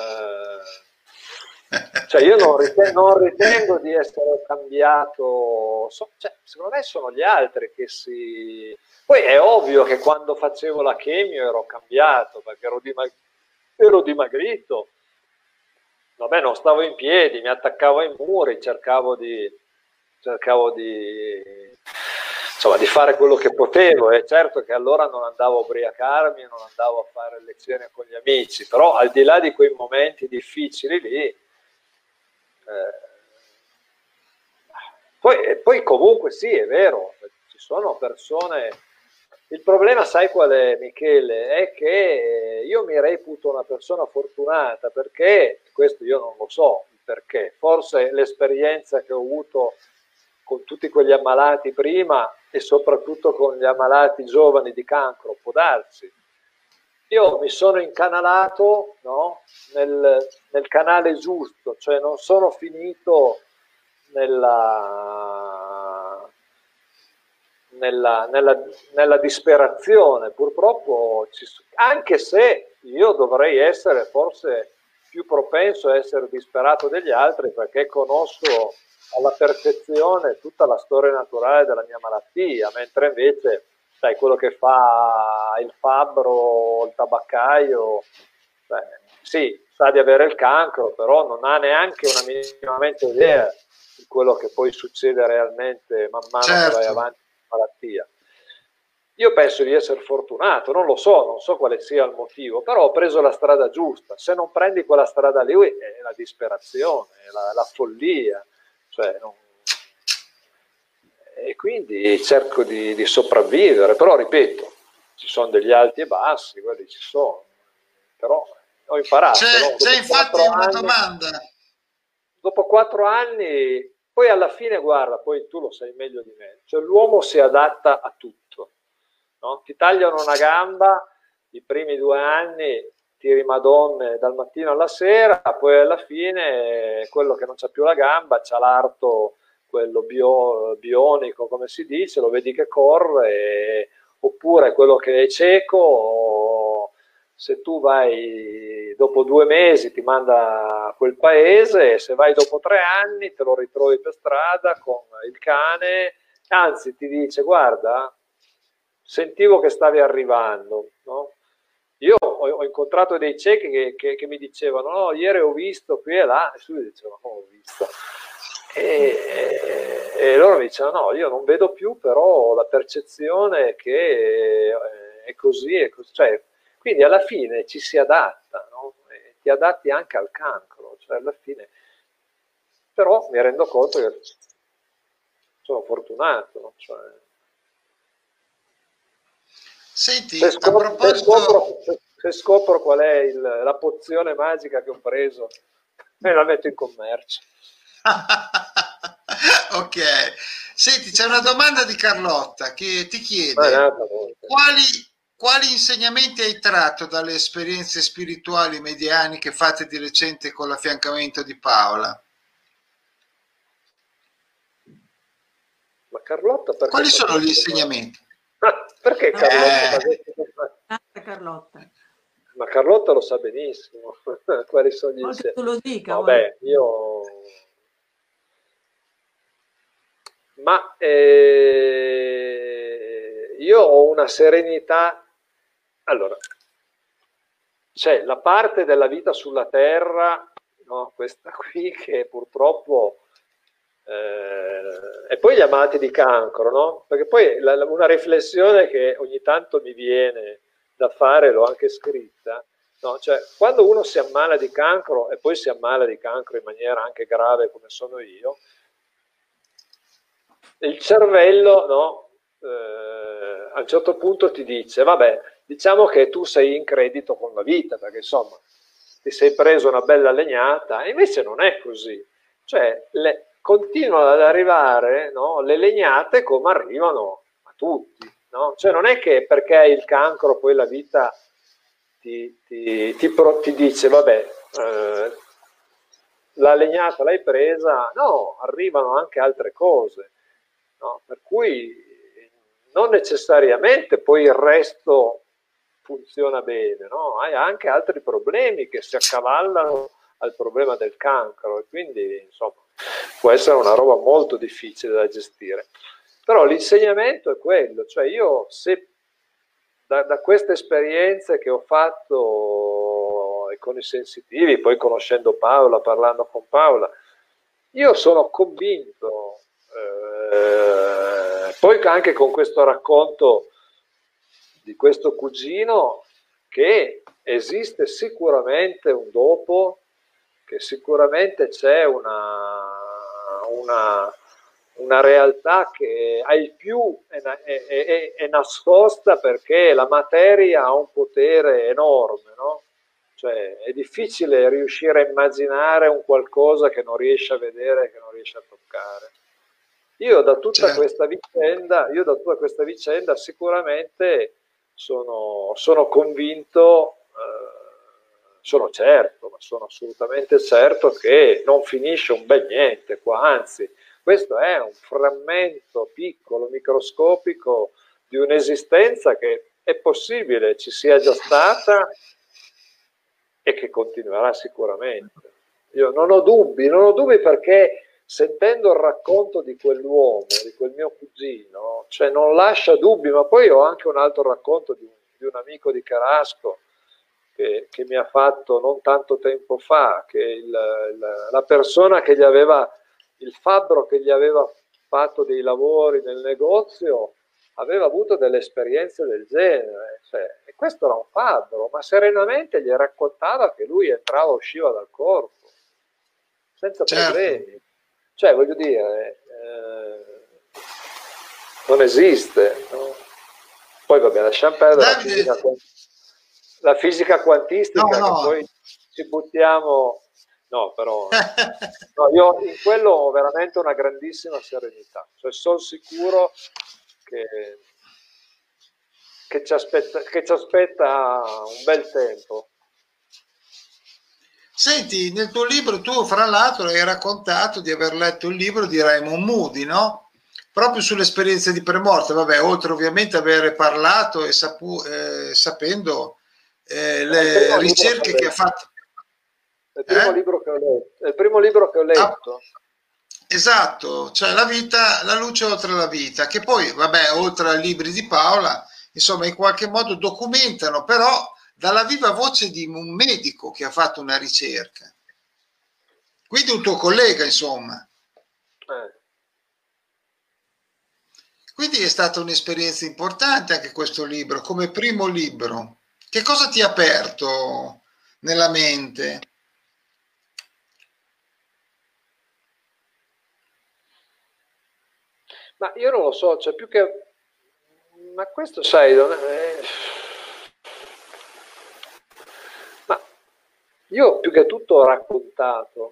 eh, cioè io non ritengo, non ritengo di essere cambiato, so, cioè, secondo me sono gli altri che si... Poi è ovvio che quando facevo la chemio ero cambiato, perché ero, dimag... ero dimagrito. Vabbè, non stavo in piedi, mi attaccavo ai muri, cercavo di, cercavo di, insomma, di fare quello che potevo. E certo che allora non andavo a ubriacarmi, non andavo a fare lezioni con gli amici, però al di là di quei momenti difficili lì, eh, poi, poi comunque sì, è vero, ci sono persone... Il problema, sai qual è, Michele? È che io mi reputo una persona fortunata perché, questo io non lo so il perché, forse l'esperienza che ho avuto con tutti quegli ammalati prima e soprattutto con gli ammalati giovani di cancro, può darsi. Io mi sono incanalato, no, nel, nel canale giusto, cioè non sono finito nella... Nella, nella, nella disperazione, purtroppo, ci, anche se io dovrei essere forse più propenso a essere disperato degli altri perché conosco alla perfezione tutta la storia naturale della mia malattia, mentre invece sai, quello che fa il fabbro, il tabaccaio, beh, sì, sa di avere il cancro, però non ha neanche una minimamente idea di quello che poi succede realmente man mano certo. che vai avanti malattia. Io penso di essere fortunato, non lo so, non so quale sia il motivo, però ho preso la strada giusta. Se non prendi quella strada lì è la disperazione, è la, la follia, cioè, non... e quindi cerco di, di sopravvivere, però ripeto, ci sono degli alti e bassi, quelli ci sono, però ho imparato. C'è, No? c'è infatti una anni, domanda. Dopo quattro anni, poi alla fine, guarda, poi tu lo sai meglio di me, cioè l'uomo si adatta a tutto. No? Ti tagliano una gamba, i primi due anni tiri madonne dal mattino alla sera, poi alla fine quello che non c'ha più la gamba c'ha l'arto, quello bio, bionico, come si dice, lo vedi che corre, e, oppure quello che è cieco, se tu vai dopo due mesi ti manda a quel paese, e se vai dopo tre anni te lo ritrovi per strada con il cane, anzi ti dice guarda, sentivo che stavi arrivando, no? Io ho, ho incontrato dei ciechi che, che, che mi dicevano no, ieri ho visto qui e là, e subito dicevano no, ho visto. E, e loro mi dicevano no, io non vedo più, però ho la percezione che è così, è così. Cioè, quindi alla fine ci si adatta, no? E ti adatti anche al cancro, cioè alla fine. Però mi rendo conto che sono fortunato, no? Cioè, Senti, se, scopro, a proposito... se, scopro, se, se scopro qual è il, la pozione magica che ho preso, me la metto in commercio. Ok, senti, c'è una domanda di Carlotta che ti chiede quali, quali insegnamenti hai tratto dalle esperienze spirituali medianiche fatte di recente con l'affiancamento di Paola? Ma Carlotta, perché quali Carlotta? sono gli insegnamenti? Ah, perché Carlotta? Eh. Carlotta? Ma Carlotta lo sa benissimo quali sono gli insegnamenti. Tu lo dica. Vabbè, io... Ma eh, io ho una serenità. Allora, c'è la parte della vita sulla Terra, no? Questa qui che purtroppo... Eh, e poi gli amati di cancro, no? Perché poi la, una riflessione che ogni tanto mi viene da fare, l'ho anche scritta, no? Cioè, quando uno si ammala di cancro, e poi si ammala di cancro in maniera anche grave come sono io, il cervello, no? Eh, a un certo punto ti dice, vabbè, diciamo che tu sei in credito con la vita, perché insomma ti sei preso una bella legnata, e invece non è così. Cioè, le, continuano ad arrivare, no, le legnate come arrivano a tutti, no? Cioè non è che perché hai il cancro poi la vita ti, ti, ti, pro, ti dice vabbè, eh, la legnata l'hai presa, no, arrivano anche altre cose, no? Per cui non necessariamente poi il resto funziona bene, no? Hai anche altri problemi che si accavallano al problema del cancro, e quindi insomma può essere una roba molto difficile da gestire. Però l'insegnamento è quello, cioè io se da, da queste esperienze che ho fatto e con i sensitivi, poi conoscendo Paola, parlando con Paola, io sono convinto, eh, poi anche con questo racconto di questo cugino, che esiste sicuramente un dopo, che sicuramente c'è una, una, una realtà che ai più è, è, è, è nascosta, perché la materia ha un potere enorme, no? Cioè è difficile riuscire a immaginare un qualcosa che non riesce a vedere, che non riesce a toccare. Io da tutta Certo. questa vicenda, io da tutta questa vicenda sicuramente sono, sono convinto, eh, sono certo, ma sono assolutamente certo che non finisce un bel niente qua, anzi, questo è un frammento piccolo, microscopico di un'esistenza che è possibile ci sia già stata e che continuerà sicuramente. Io non ho dubbi, non ho dubbi, perché sentendo il racconto di quell'uomo, di quel mio cugino, cioè non lascia dubbi. Ma poi ho anche un altro racconto di un, di un amico di Carasco che, che mi ha fatto non tanto tempo fa, che il, il, la persona che gli aveva, il fabbro che gli aveva fatto dei lavori nel negozio, aveva avuto delle esperienze del genere, cioè, e questo era un fabbro, ma serenamente gli raccontava che lui entrava e usciva dal corpo, senza problemi. Certo. Cioè, voglio dire, eh, non esiste, no? Poi poi vabbè, lasciamo perdere la Davide, fisica, la fisica quantistica, no, che no. poi ci buttiamo, no, però no, io in quello ho veramente una grandissima serenità, cioè sono sicuro che, che, ci aspetta, che ci aspetta un bel tempo. Senti, nel tuo libro tu, fra l'altro, hai raccontato di aver letto il libro di Raymond Moody, no? Proprio sull'esperienza di premorte, vabbè, oltre ovviamente aver parlato e sapu, eh, sapendo eh, le ricerche che ha fatto. È il primo Eh? libro che ho letto. È il primo libro che ho letto. Ah, esatto, cioè la vita, la luce oltre la vita, che poi, vabbè, oltre ai libri di Paola, insomma, in qualche modo documentano, però dalla viva voce di un medico che ha fatto una ricerca. Quindi un tuo collega, insomma. Eh. Quindi è stata un'esperienza importante anche questo libro, come primo libro. Che cosa ti ha aperto nella mente? Ma io non lo so, cioè più che... Ma questo, sai, non è... Ma io più che tutto ho raccontato.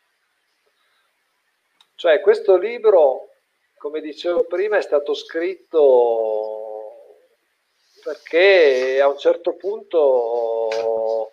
Cioè questo libro, come dicevo prima, è stato scritto perché a un certo punto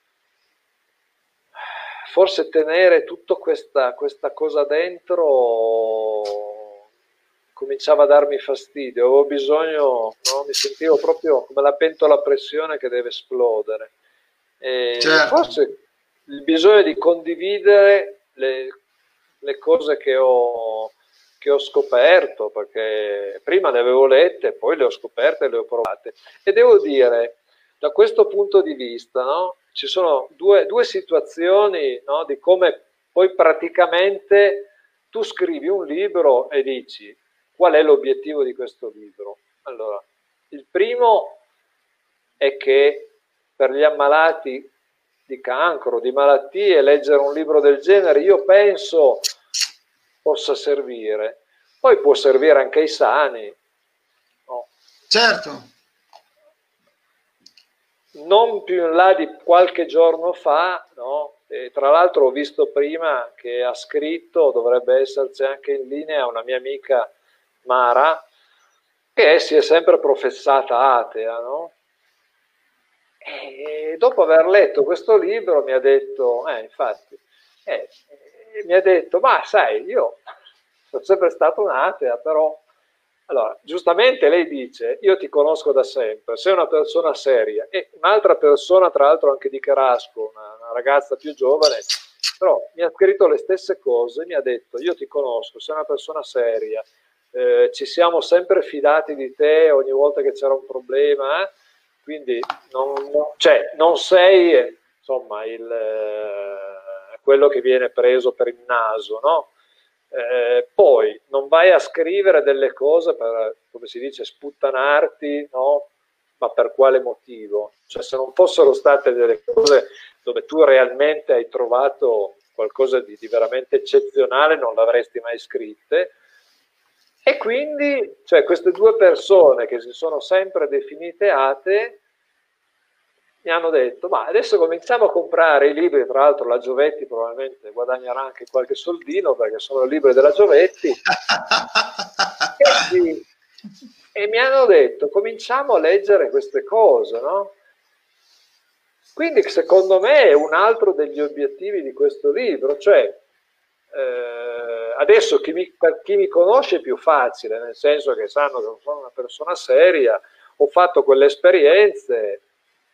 forse tenere tutta questa, questa cosa dentro cominciava a darmi fastidio, avevo bisogno, no? Mi sentivo proprio come la pentola a pressione che deve esplodere. E Certo. forse il bisogno di condividere le, le cose che ho, che ho scoperto, perché prima le avevo lette, poi le ho scoperte e le ho provate. E devo dire, da questo punto di vista, no, ci sono due, due situazioni, no, di come poi praticamente tu scrivi un libro e dici qual è l'obiettivo di questo libro. Allora, il primo è che per gli ammalati di cancro, di malattie, leggere un libro del genere, io penso possa servire. Poi può servire anche ai sani. No? Certo. Non più in là di qualche giorno fa, no? E tra l'altro ho visto prima che ha scritto, dovrebbe esserci anche in linea, una mia amica Mara, che si è sempre professata atea, no? E dopo aver letto questo libro mi ha detto, eh, infatti, eh, mi ha detto, ma sai, io sono sempre stato un'atea, però... Allora, giustamente lei dice, io ti conosco da sempre, sei una persona seria, e un'altra persona, tra l'altro anche di Carasco, una, una ragazza più giovane, però mi ha scritto le stesse cose, mi ha detto, io ti conosco, sei una persona seria, eh, ci siamo sempre fidati di te ogni volta che c'era un problema, eh? Quindi non, non, cioè, non sei insomma il, eh, quello che viene preso per il naso, no? Eh, poi non vai a scrivere delle cose per, come si dice, sputtanarti, no? Ma per quale motivo? Cioè, se non fossero state delle cose dove tu realmente hai trovato qualcosa di, di veramente eccezionale, non l'avresti mai scritte. E quindi, cioè, queste due persone che si sono sempre definite atee mi hanno detto, ma adesso cominciamo a comprare i libri, tra l'altro la Giovetti probabilmente guadagnerà anche qualche soldino perché sono libri della Giovetti, e, sì, e mi hanno detto, cominciamo a leggere queste cose, no? Quindi secondo me è un altro degli obiettivi di questo libro, cioè eh, adesso chi mi, per chi mi conosce è più facile, nel senso che sanno che sono una persona seria, ho fatto quelle esperienze,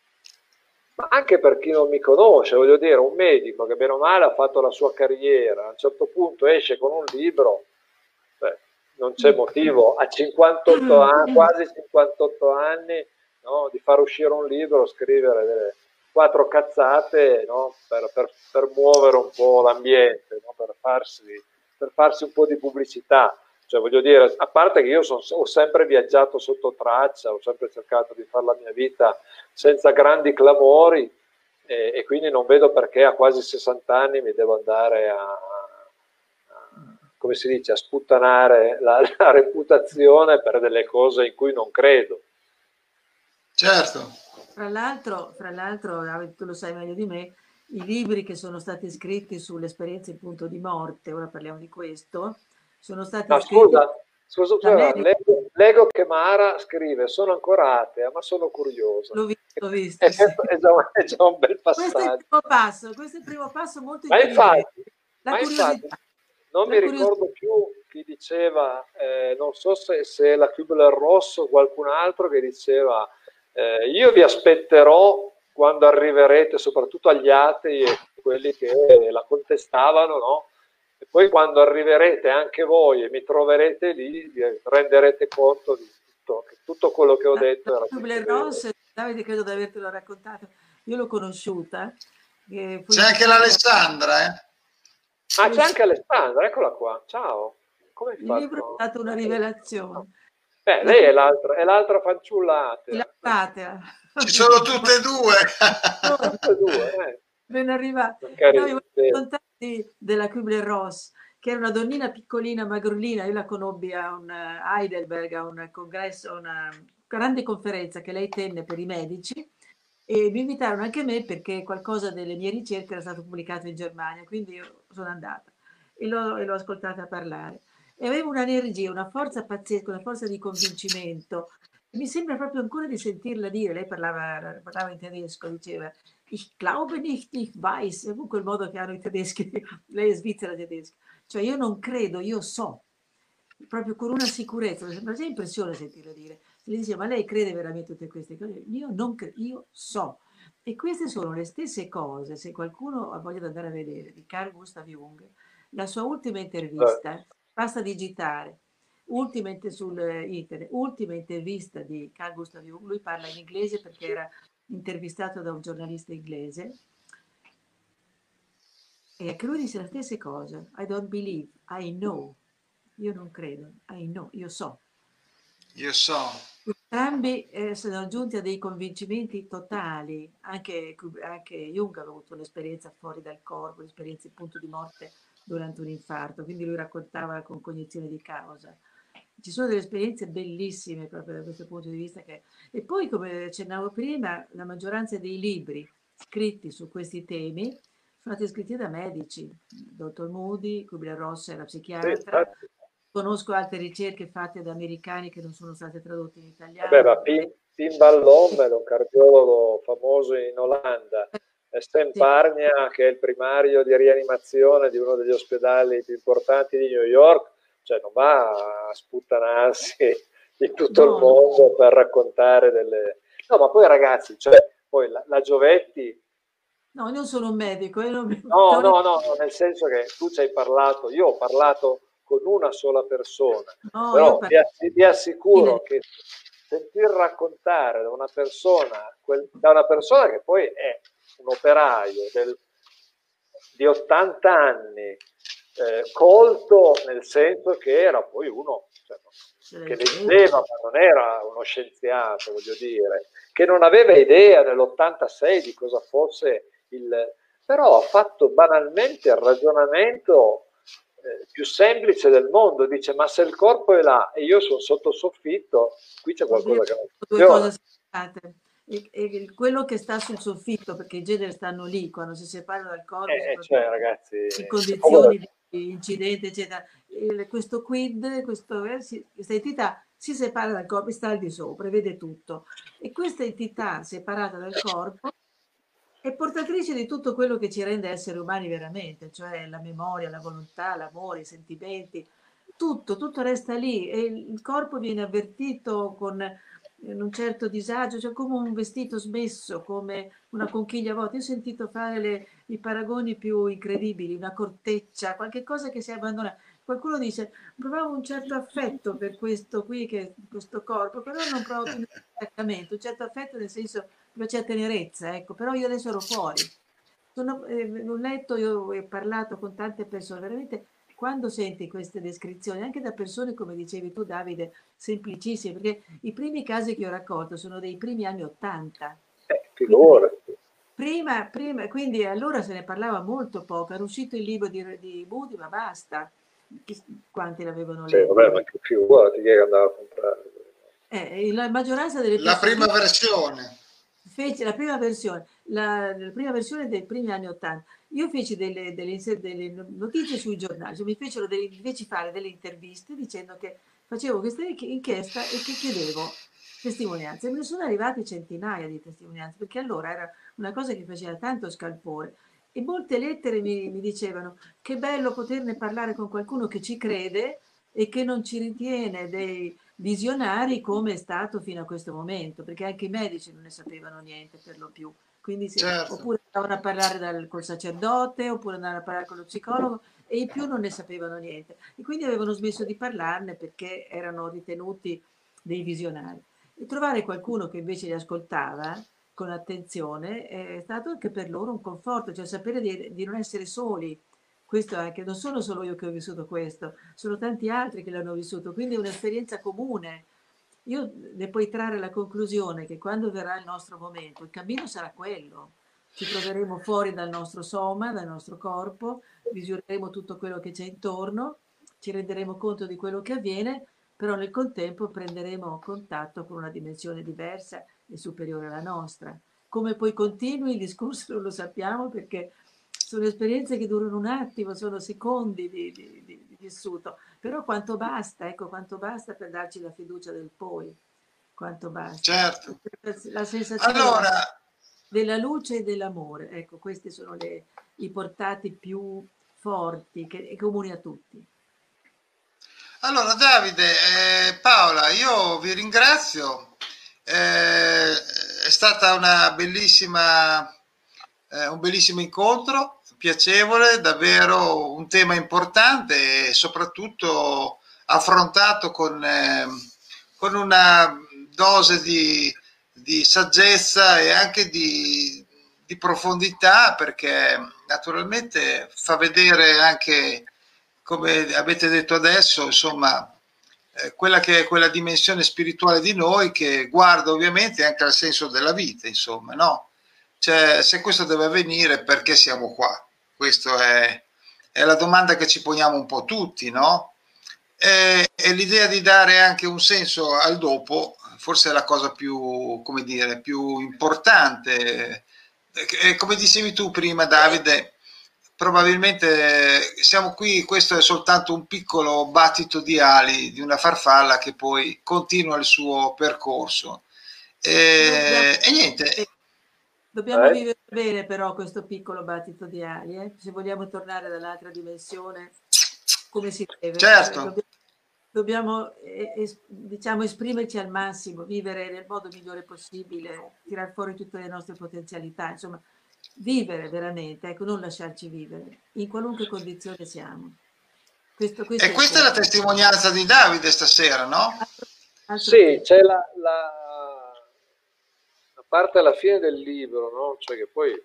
ma anche per chi non mi conosce, voglio dire, un medico che bene o male ha fatto la sua carriera, a un certo punto esce con un libro, beh, non c'è motivo a cinquantotto anni, quasi cinquantotto anni, no, di far uscire un libro, scrivere delle quattro cazzate, no, per, per, per muovere un po' l'ambiente, no, per, farsi, per farsi un po' di pubblicità. Cioè, voglio dire, a parte che io son, ho sempre viaggiato sotto traccia, ho sempre cercato di fare la mia vita senza grandi clamori, e, e quindi non vedo perché a quasi sessanta anni mi devo andare a, a come si dice, a sputtanare la, la reputazione per delle cose in cui non credo. Certo. Fra l'altro, fra l'altro, tu lo sai meglio di me, i libri che sono stati scritti sulle esperienze appunto di morte, ora parliamo di questo, sono stati No, scritti scusa, scusa, da scusa, medici. leggo, leggo che Mara scrive: sono ancora atea, ma sono curiosa. L'ho visto, E l'ho e visto, sì. questo è già, un- è già un bel Questo è il passaggio. primo passo, questo è il primo passo molto Ma intelligente. infatti, La ma infatti curiosità, non la mi curiosità. ricordo più chi diceva, eh, non so se, se la Kübler-Ross o qualcun altro che diceva, eh, io vi aspetterò quando arriverete, soprattutto agli atei e quelli che la contestavano, no? E poi quando arriverete anche voi e mi troverete lì, vi renderete conto di tutto, che tutto quello che ho La, detto la era tutto vero. Kubler-Ross, Davide, credo di avertelo raccontato, io l'ho conosciuta, che fu C'è anche invitata. l'Alessandra, eh? Ah, c'è Sì, anche Alessandra, eccola qua. Ciao, come hai il libro è fatto? stato una rivelazione. Beh, La lei è l'altra, è l'altra fanciulla atea. Filatea. Ci sono tutte e due. Tutte e due, eh. Ben arrivata. No, io Magari, voglio sì. raccontarti della Kübler-Ross, che era una donnina piccolina, magrolina. Io la conobbi a un eh, Heidelberg, a un congresso, a una grande conferenza che lei tenne per i medici e mi invitarono anche me perché qualcosa delle mie ricerche era stato pubblicato in Germania, quindi io sono andata e l'ho, e l'ho ascoltata parlare. E aveva un'energia, una forza pazzesca, una forza di convincimento. Mi sembra proprio ancora di sentirla dire, lei parlava, parlava in tedesco, diceva Ich glaube nicht, ich weiß, è quel modo che hanno i tedeschi, lei è svizzera tedesca, cioè io non credo, io so, proprio con una sicurezza, mi sembra già impressione sentirla dire. Se lei diceva, ma lei crede veramente tutte queste cose? Io non credo, io so. E queste sono le stesse cose, se qualcuno ha voglia di andare a vedere, di Carl Gustav Jung, la sua ultima Eh, intervista, basta digitare, ultima inter- sul eh, internet, ultima intervista di Carl Gustav Jung, lui parla in inglese perché era intervistato da un giornalista inglese e anche lui disse la stessa cosa. I don't believe, I know. Io non credo, I know, io so. Io so. Entrambi eh, sono giunti a dei convincimenti totali, anche, anche Jung aveva avuto un'esperienza fuori dal corpo, un'esperienza appunto di morte durante un infarto, quindi lui raccontava con cognizione di causa. Ci sono delle esperienze bellissime proprio da questo punto di vista. Che... E poi, come accennavo prima, la maggioranza dei libri scritti su questi temi sono stati scritti da medici, dottor Moody, Kubler-Ross era sì, psichiatra, infatti. conosco altre ricerche fatte da americani che non sono state tradotte in Vabbè, italiano. ma Pim, Pim Ballon è un cardiologo famoso in Olanda, e Sam Sì, Parnia, che è il primario di rianimazione di uno degli ospedali più importanti di New York, cioè non va a sputtanarsi in tutto il no, no, mondo per raccontare delle... No, ma poi ragazzi, cioè, poi la, la Giovetti... no, io non sono un medico, io non mi... No, no, no, no, nel senso che tu ci hai parlato, io ho parlato con una sola persona, no, io però parlo vi, ass- vi di assicuro che sentir raccontare da una persona, quel- da una persona che poi è un operaio del- di ottanta anni, eh, colto nel senso che era poi uno cioè, che leggeva, ma non era uno scienziato, voglio dire, che non aveva idea nell'ottantasei di cosa fosse il... però ha fatto banalmente il ragionamento eh, più semplice del mondo, dice ma se il corpo è là e io sono sotto soffitto, qui c'è qualcosa che non due funziona. cose separate. E, e quello che sta sul soffitto, perché i generi stanno lì, quando si separano dal corpo, Eh, soprattutto cioè ragazzi, in è come... condizioni di incidente, eccetera. Il- questo quid, questo, eh, si- questa entità si separa dal corpo e sta al di sopra, e vede tutto. E questa entità separata dal corpo è portatrice di tutto quello che ci rende esseri umani veramente, cioè la memoria, la volontà, l'amore, i sentimenti, tutto, tutto resta lì e il il corpo viene avvertito con eh, un certo disagio, cioè come un vestito smesso, come una conchiglia vuota. Io ho sentito fare le- i paragoni più incredibili, una corteccia, qualche cosa che si abbandona. Qualcuno dice, provavo un certo affetto per questo qui, che, questo corpo, però non provo più nessun attaccamento, un certo affetto nel senso che c'è tenerezza, ecco, però io adesso ero fuori. Sono, eh, ho letto, io ho parlato con tante persone, veramente quando senti queste descrizioni, anche da persone come dicevi tu Davide, semplicissime, perché i primi casi che ho raccolto sono dei primi anni ottanta, Eh, quindi figurati. prima, prima, quindi allora se ne parlava molto poco, era uscito il libro di, di Moody, ma basta, Chi- quanti l'avevano Cioè, letto? vabbè, ma che figurati chi è che andava a comprare? Eh, la maggioranza delle La persone prima versione. fece la prima versione, la, la prima versione dei primi anni ottanta. Io feci delle, delle, delle notizie sui giornali, cioè mi fecero delle, mi feci fare delle interviste dicendo che facevo questa inchiesta e che chiedevo testimonianze. E me ne sono arrivate centinaia di testimonianze, perché allora era una cosa che faceva tanto scalpore. E molte lettere mi, mi dicevano che bello poterne parlare con qualcuno che ci crede e che non ci ritiene dei visionari come è stato fino a questo momento, perché anche i medici non ne sapevano niente per lo più. Quindi se, Certo. oppure andavano a parlare dal, col sacerdote, oppure andavano a parlare con lo psicologo e i più non ne sapevano niente. E quindi avevano smesso di parlarne perché erano ritenuti dei visionari. E trovare qualcuno che invece li ascoltava con attenzione è stato anche per loro un conforto, cioè sapere di, di non essere soli. Questo anche, non sono solo io che ho vissuto questo, sono tanti altri che l'hanno vissuto, quindi è un'esperienza comune. Io ne puoi trarre la conclusione che quando verrà il nostro momento, il cammino sarà quello. Ci troveremo fuori dal nostro soma, dal nostro corpo, misureremo tutto quello che c'è intorno, ci renderemo conto di quello che avviene, però nel contempo prenderemo contatto con una dimensione diversa e superiore alla nostra. Come poi continui il discorso non lo sappiamo perché sono esperienze che durano un attimo, sono secondi di, di, di, di vissuto, però quanto basta, ecco, quanto basta per darci la fiducia del poi, quanto basta. Certo. La sensazione della, Allora, della luce e dell'amore, ecco, questi sono le, i portati più forti che, e comuni a tutti. allora Davide, eh, Paola, io vi ringrazio. Eh, è stata una bellissima, eh, un bellissimo incontro, piacevole, davvero un tema importante e soprattutto affrontato con, eh, con una dose di, di saggezza e anche di, di profondità, perché naturalmente fa vedere anche, come avete detto adesso, insomma, eh, quella che è quella dimensione spirituale di noi che guarda ovviamente anche al senso della vita, insomma, no? Cioè, se questo deve avvenire, perché siamo qua? Questa è, è la domanda che ci poniamo un po' tutti, no? E, e l'idea di dare anche un senso al dopo, forse è la cosa più, come dire, più importante. E come dicevi tu prima, Davide, probabilmente siamo qui, questo è soltanto un piccolo battito di ali di una farfalla che poi continua il suo percorso. Dobbiamo, E, e niente. dobbiamo Eh? vivere bene però questo piccolo battito di ali, eh? Se vogliamo tornare dall'altra dimensione come si deve. Cioè, Certo. dobbiamo, dobbiamo eh, es, diciamo, esprimerci al massimo, vivere nel modo migliore possibile, tirar fuori tutte le nostre potenzialità, insomma, vivere veramente, ecco, non lasciarci vivere, in qualunque condizione siamo. Questo, questo E è il questa è la punto. testimonianza di Davide stasera, no? Altro, altro Sì, che. c'è la, la, la parte alla fine del libro, no? Cioè che poi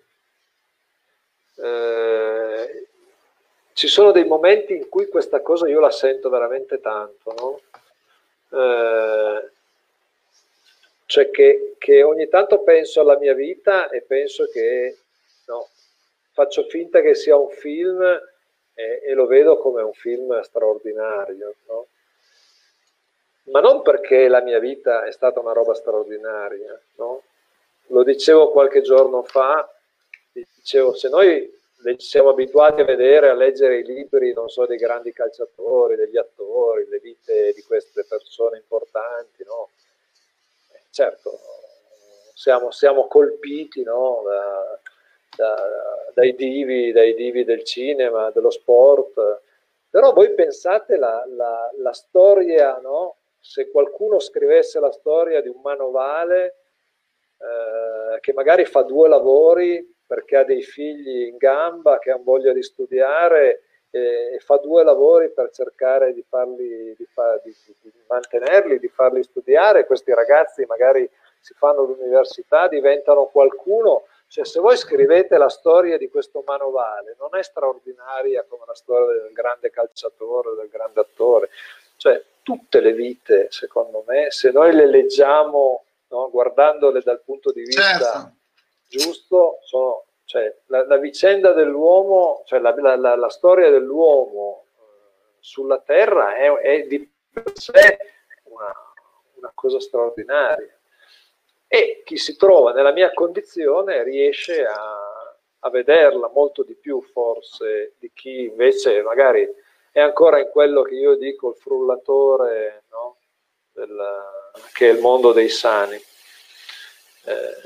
eh, ci sono dei momenti in cui questa cosa io la sento veramente tanto, no? Eh, cioè che, che ogni tanto penso alla mia vita e penso che no, faccio finta che sia un film e, e lo vedo come un film straordinario, no? Ma non perché la mia vita è stata una roba straordinaria, no? Lo dicevo qualche giorno fa, dicevo, se noi siamo abituati a vedere, a leggere i libri, non so, dei grandi calciatori, degli attori, le vite di queste persone importanti, no? Certo, siamo, siamo colpiti, no? da, da, dai, divi, dai divi del cinema, dello sport, però voi pensate la, la, la storia, no? Se qualcuno scrivesse la storia di un manovale eh, che magari fa due lavori perché ha dei figli in gamba, che hanno voglia di studiare e, e fa due lavori per cercare di, farli, di, fa, di, di mantenerli, di farli studiare, questi ragazzi magari si fanno l'università, diventano qualcuno. Cioè, se voi scrivete la storia di questo manovale, non è straordinaria come la storia del grande calciatore, del grande attore. Cioè, tutte le vite, secondo me, se noi le leggiamo, no, guardandole dal punto di vista Certo. giusto, sono, cioè, la, la vicenda dell'uomo, cioè la, la, la storia dell'uomo eh, sulla Terra è, è di per sé una, una cosa straordinaria. E chi si trova nella mia condizione riesce a, a vederla molto di più forse di chi invece magari è ancora in quello che io dico il frullatore, no? Del, che è il mondo dei sani. Eh,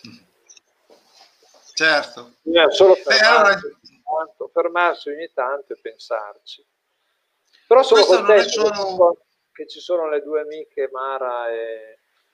certo. Solo fermarsi, eh, allora... tanto, fermarsi ogni tanto e pensarci. Però sono contento solo... che ci sono le due amiche Mara e...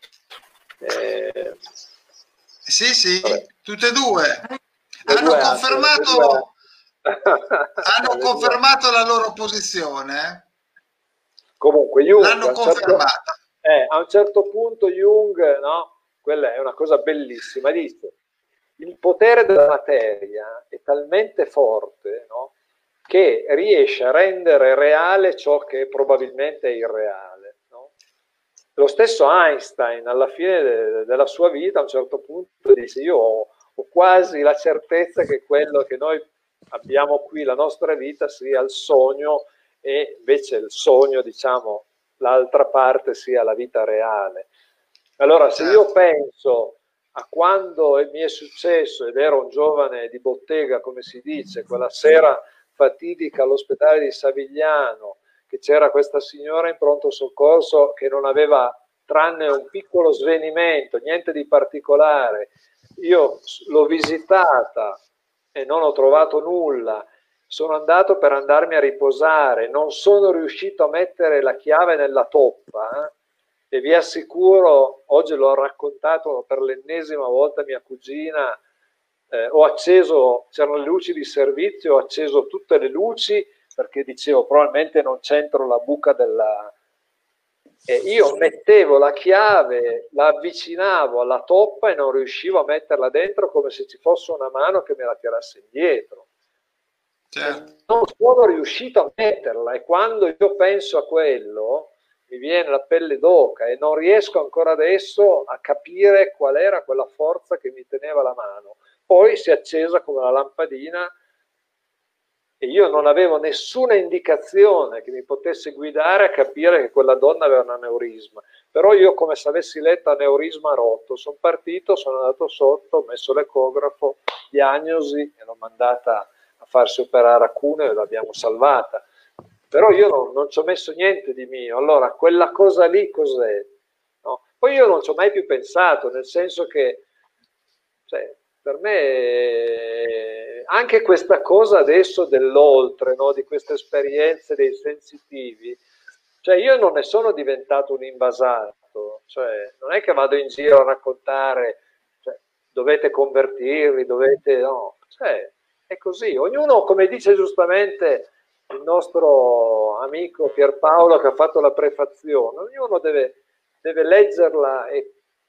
e... Sì, sì, vabbè, tutte e due. Le hanno due confermato, due... hanno confermato la loro posizione. Comunque Jung l'hanno confermata. Certo, eh, a un certo punto Jung, no? Quella è una cosa bellissima, dice il potere della materia è talmente forte, no? Che riesce a rendere reale ciò che probabilmente è irreale, no? Lo stesso Einstein alla fine de della sua vita a un certo punto dice io ho, ho quasi la certezza che quello che noi abbiamo qui, la nostra vita, sia il sogno e invece il sogno, diciamo, l'altra parte sia la vita reale. Allora se io penso a quando mi è successo, ed ero un giovane di bottega, come si dice, quella sera fatidica all'ospedale di Savigliano, che c'era questa signora in pronto soccorso che non aveva tranne un piccolo svenimento, niente di particolare. Io l'ho visitata e non ho trovato nulla, sono andato per andarmi a riposare, non sono riuscito a mettere la chiave nella toppa, eh? E vi assicuro, oggi l'ho raccontato per l'ennesima volta a mia cugina, eh, ho acceso, c'erano le luci di servizio, ho acceso tutte le luci perché dicevo probabilmente non c'entro la buca della... E io mettevo la chiave, la avvicinavo alla toppa e non riuscivo a metterla dentro, come se ci fosse una mano che me la tirasse indietro. Certo. Non sono riuscito a metterla e quando io penso a quello mi viene la pelle d'oca e non riesco ancora adesso a capire qual era quella forza che mi teneva la mano. Poi si è accesa come una lampadina e io non avevo nessuna indicazione che mi potesse guidare a capire che quella donna aveva un aneurisma. Però io, come se avessi letto aneurisma rotto, sono partito, sono andato sotto, ho messo l'ecografo, diagnosi e l'ho mandata a farsi operare a Cuneo e l'abbiamo salvata. Però io non, non ci ho messo niente di mio. Allora, quella cosa lì cos'è? No? Poi io non ci ho mai più pensato, nel senso che cioè, per me anche questa cosa adesso dell'oltre, no? Di queste esperienze dei sensitivi, cioè io non ne sono diventato un invasato, cioè non è che vado in giro a raccontare, cioè, dovete convertirvi, dovete... no, cioè, è così. Ognuno, come dice giustamente il nostro amico Pierpaolo che ha fatto la prefazione, ognuno deve, deve leggerla e,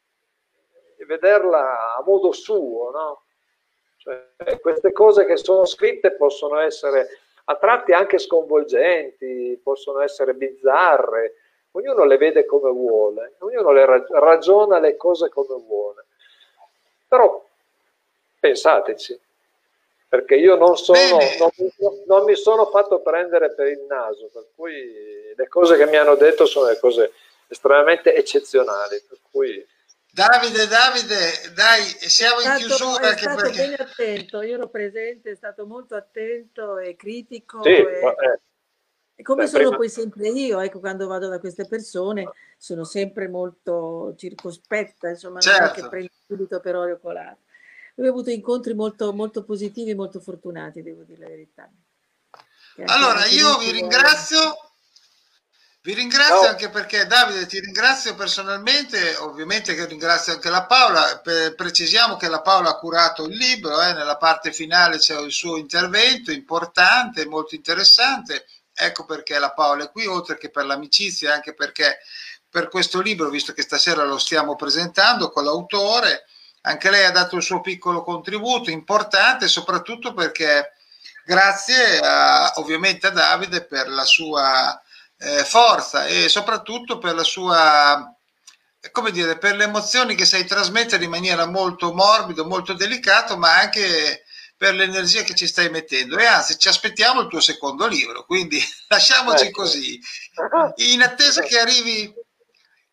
e vederla a modo suo, no? Cioè, queste cose che sono scritte possono essere a tratti anche sconvolgenti, possono essere bizzarre, ognuno le vede come vuole, ognuno le rag- ragiona le cose come vuole, però pensateci. Perché io non, sono, non, non mi sono fatto prendere per il naso, per cui le cose che mi hanno detto sono le cose estremamente eccezionali. Per cui... Davide, Davide, dai, siamo in stato, chiusura. È Anche stato perché... bene attento, io ero presente, è stato molto attento e critico. Sì, e... ma, eh. E come Beh, sono prima... poi sempre io, ecco, quando vado da queste persone sono sempre molto circospetta, insomma, certo. Non è che prendo subito per oro colato. Ho avuto incontri molto, molto positivi, molto fortunati, devo dire la verità. Anche, allora, anche io vi ringrazio, vi ringrazio no. anche perché, Davide, ti ringrazio personalmente, ovviamente che ringrazio anche la Paola, per, precisiamo che la Paola ha curato il libro, eh, nella parte finale c'è il suo intervento importante, molto interessante, ecco perché la Paola è qui, oltre che per l'amicizia, anche perché per questo libro, visto che stasera lo stiamo presentando con l'autore, anche lei ha dato il suo piccolo contributo importante, soprattutto perché grazie a, ovviamente a Davide per la sua eh, forza e soprattutto per la sua, come dire, per le emozioni che sai trasmettere in maniera molto morbida, molto delicata, ma anche per l'energia che ci stai mettendo. E anzi, ci aspettiamo il tuo secondo libro, quindi lasciamoci ecco. così. In attesa che arrivi...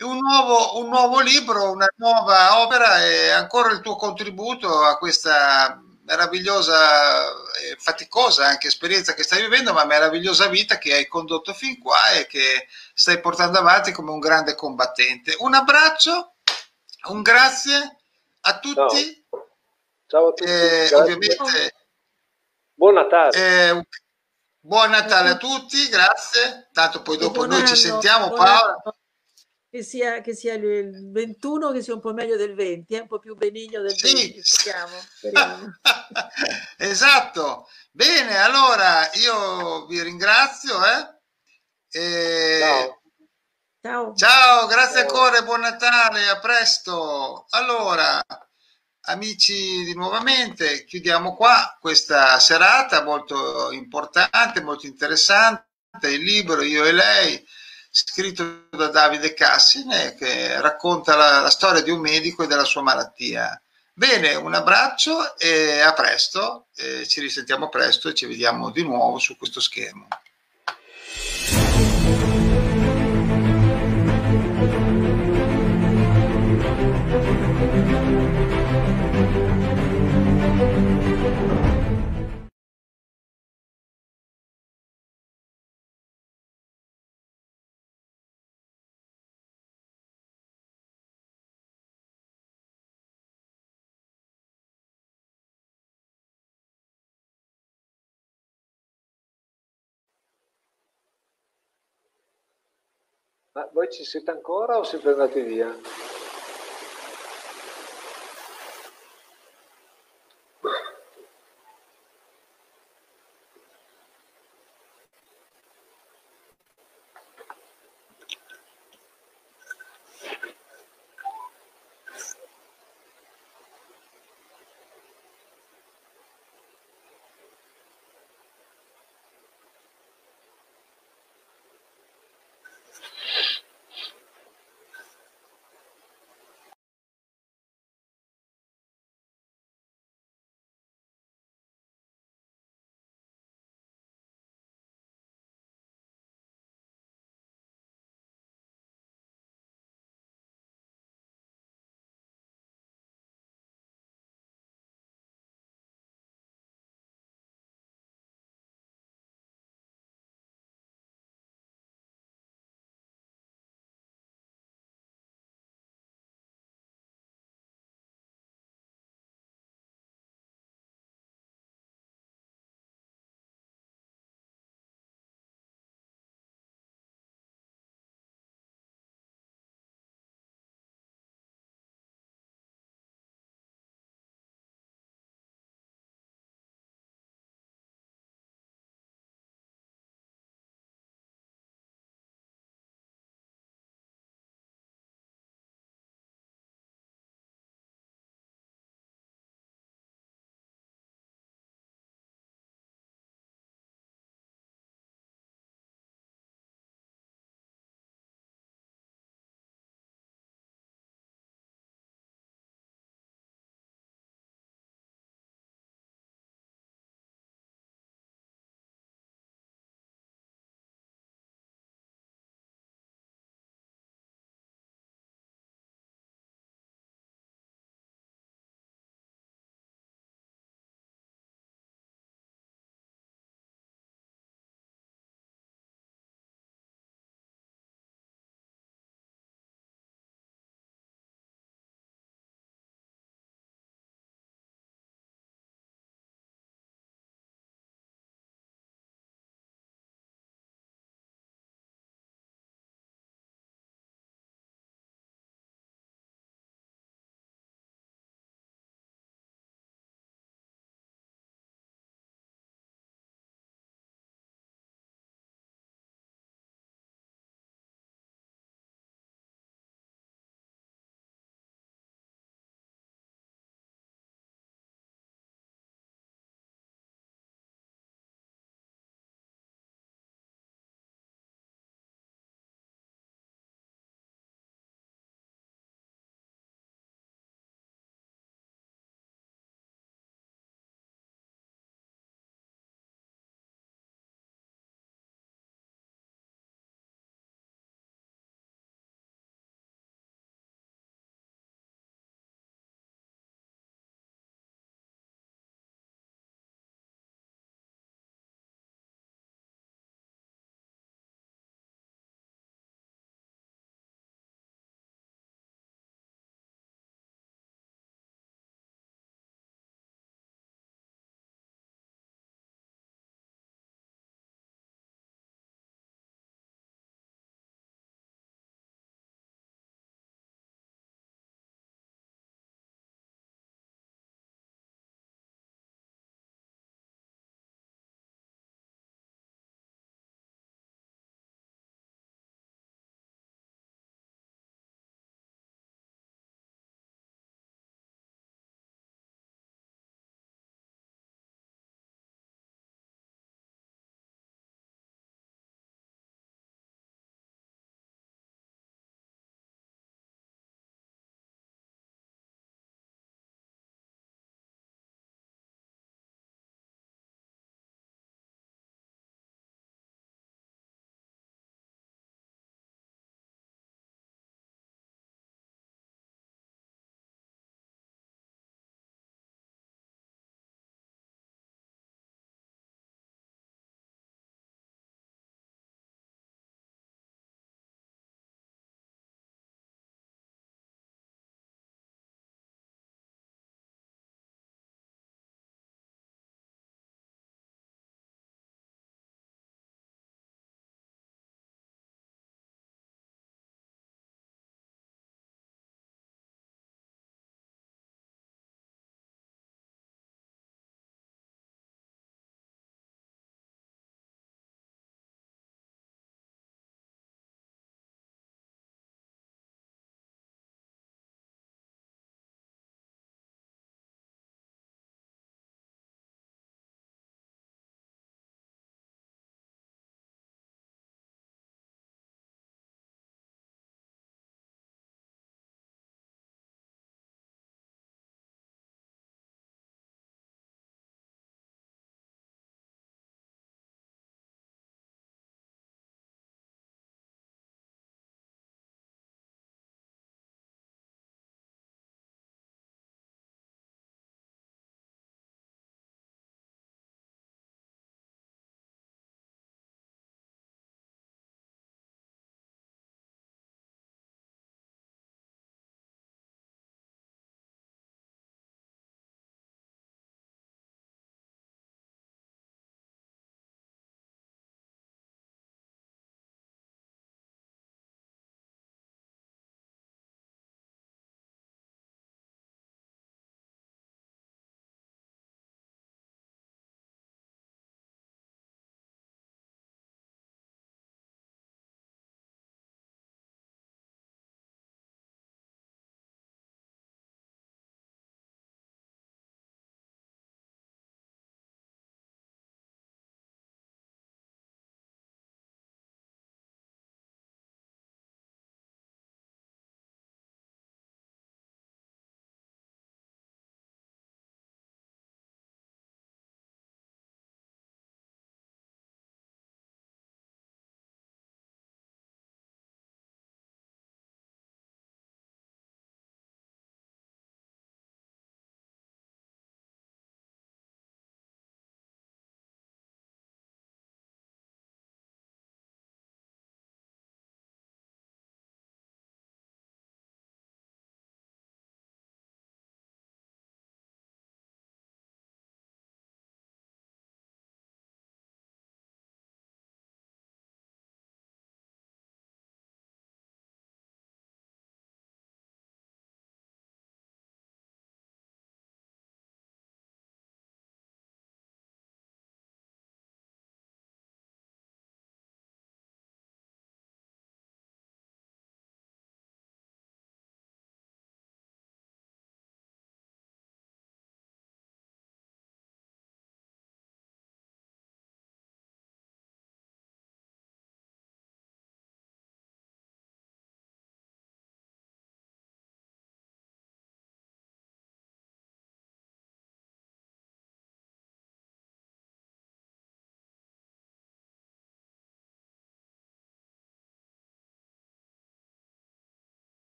un nuovo, un nuovo libro, una nuova opera e ancora il tuo contributo a questa meravigliosa e faticosa anche esperienza che stai vivendo, ma meravigliosa vita che hai condotto fin qua e che stai portando avanti come un grande combattente. Un abbraccio, un grazie a Ciao, tutti, ciao a tutti, eh, grazie. ovviamente Buon Natale. eh, buon Natale a tutti, grazie, tanto poi E dopo buon noi ci anno, sentiamo buon Paola. anno. Che sia, che sia il ventuno, che sia un po' meglio del venti, eh? Un po' più benigno del Sì, venti, speriamo, speriamo. esatto. Bene, allora io vi ringrazio. Eh? E... Ciao. Ciao. Ciao, grazie Ciao. ancora e buon Natale, a presto. Allora, amici, di nuovamente chiudiamo qua questa serata molto importante, molto interessante. Il libro Io e lei, scritto da Davide Cassine, che racconta la, la storia di un medico e della sua malattia. Bene, un abbraccio e a presto, eh, ci risentiamo presto e ci vediamo di nuovo su questo schermo. Ma voi ci siete ancora o siete andati via?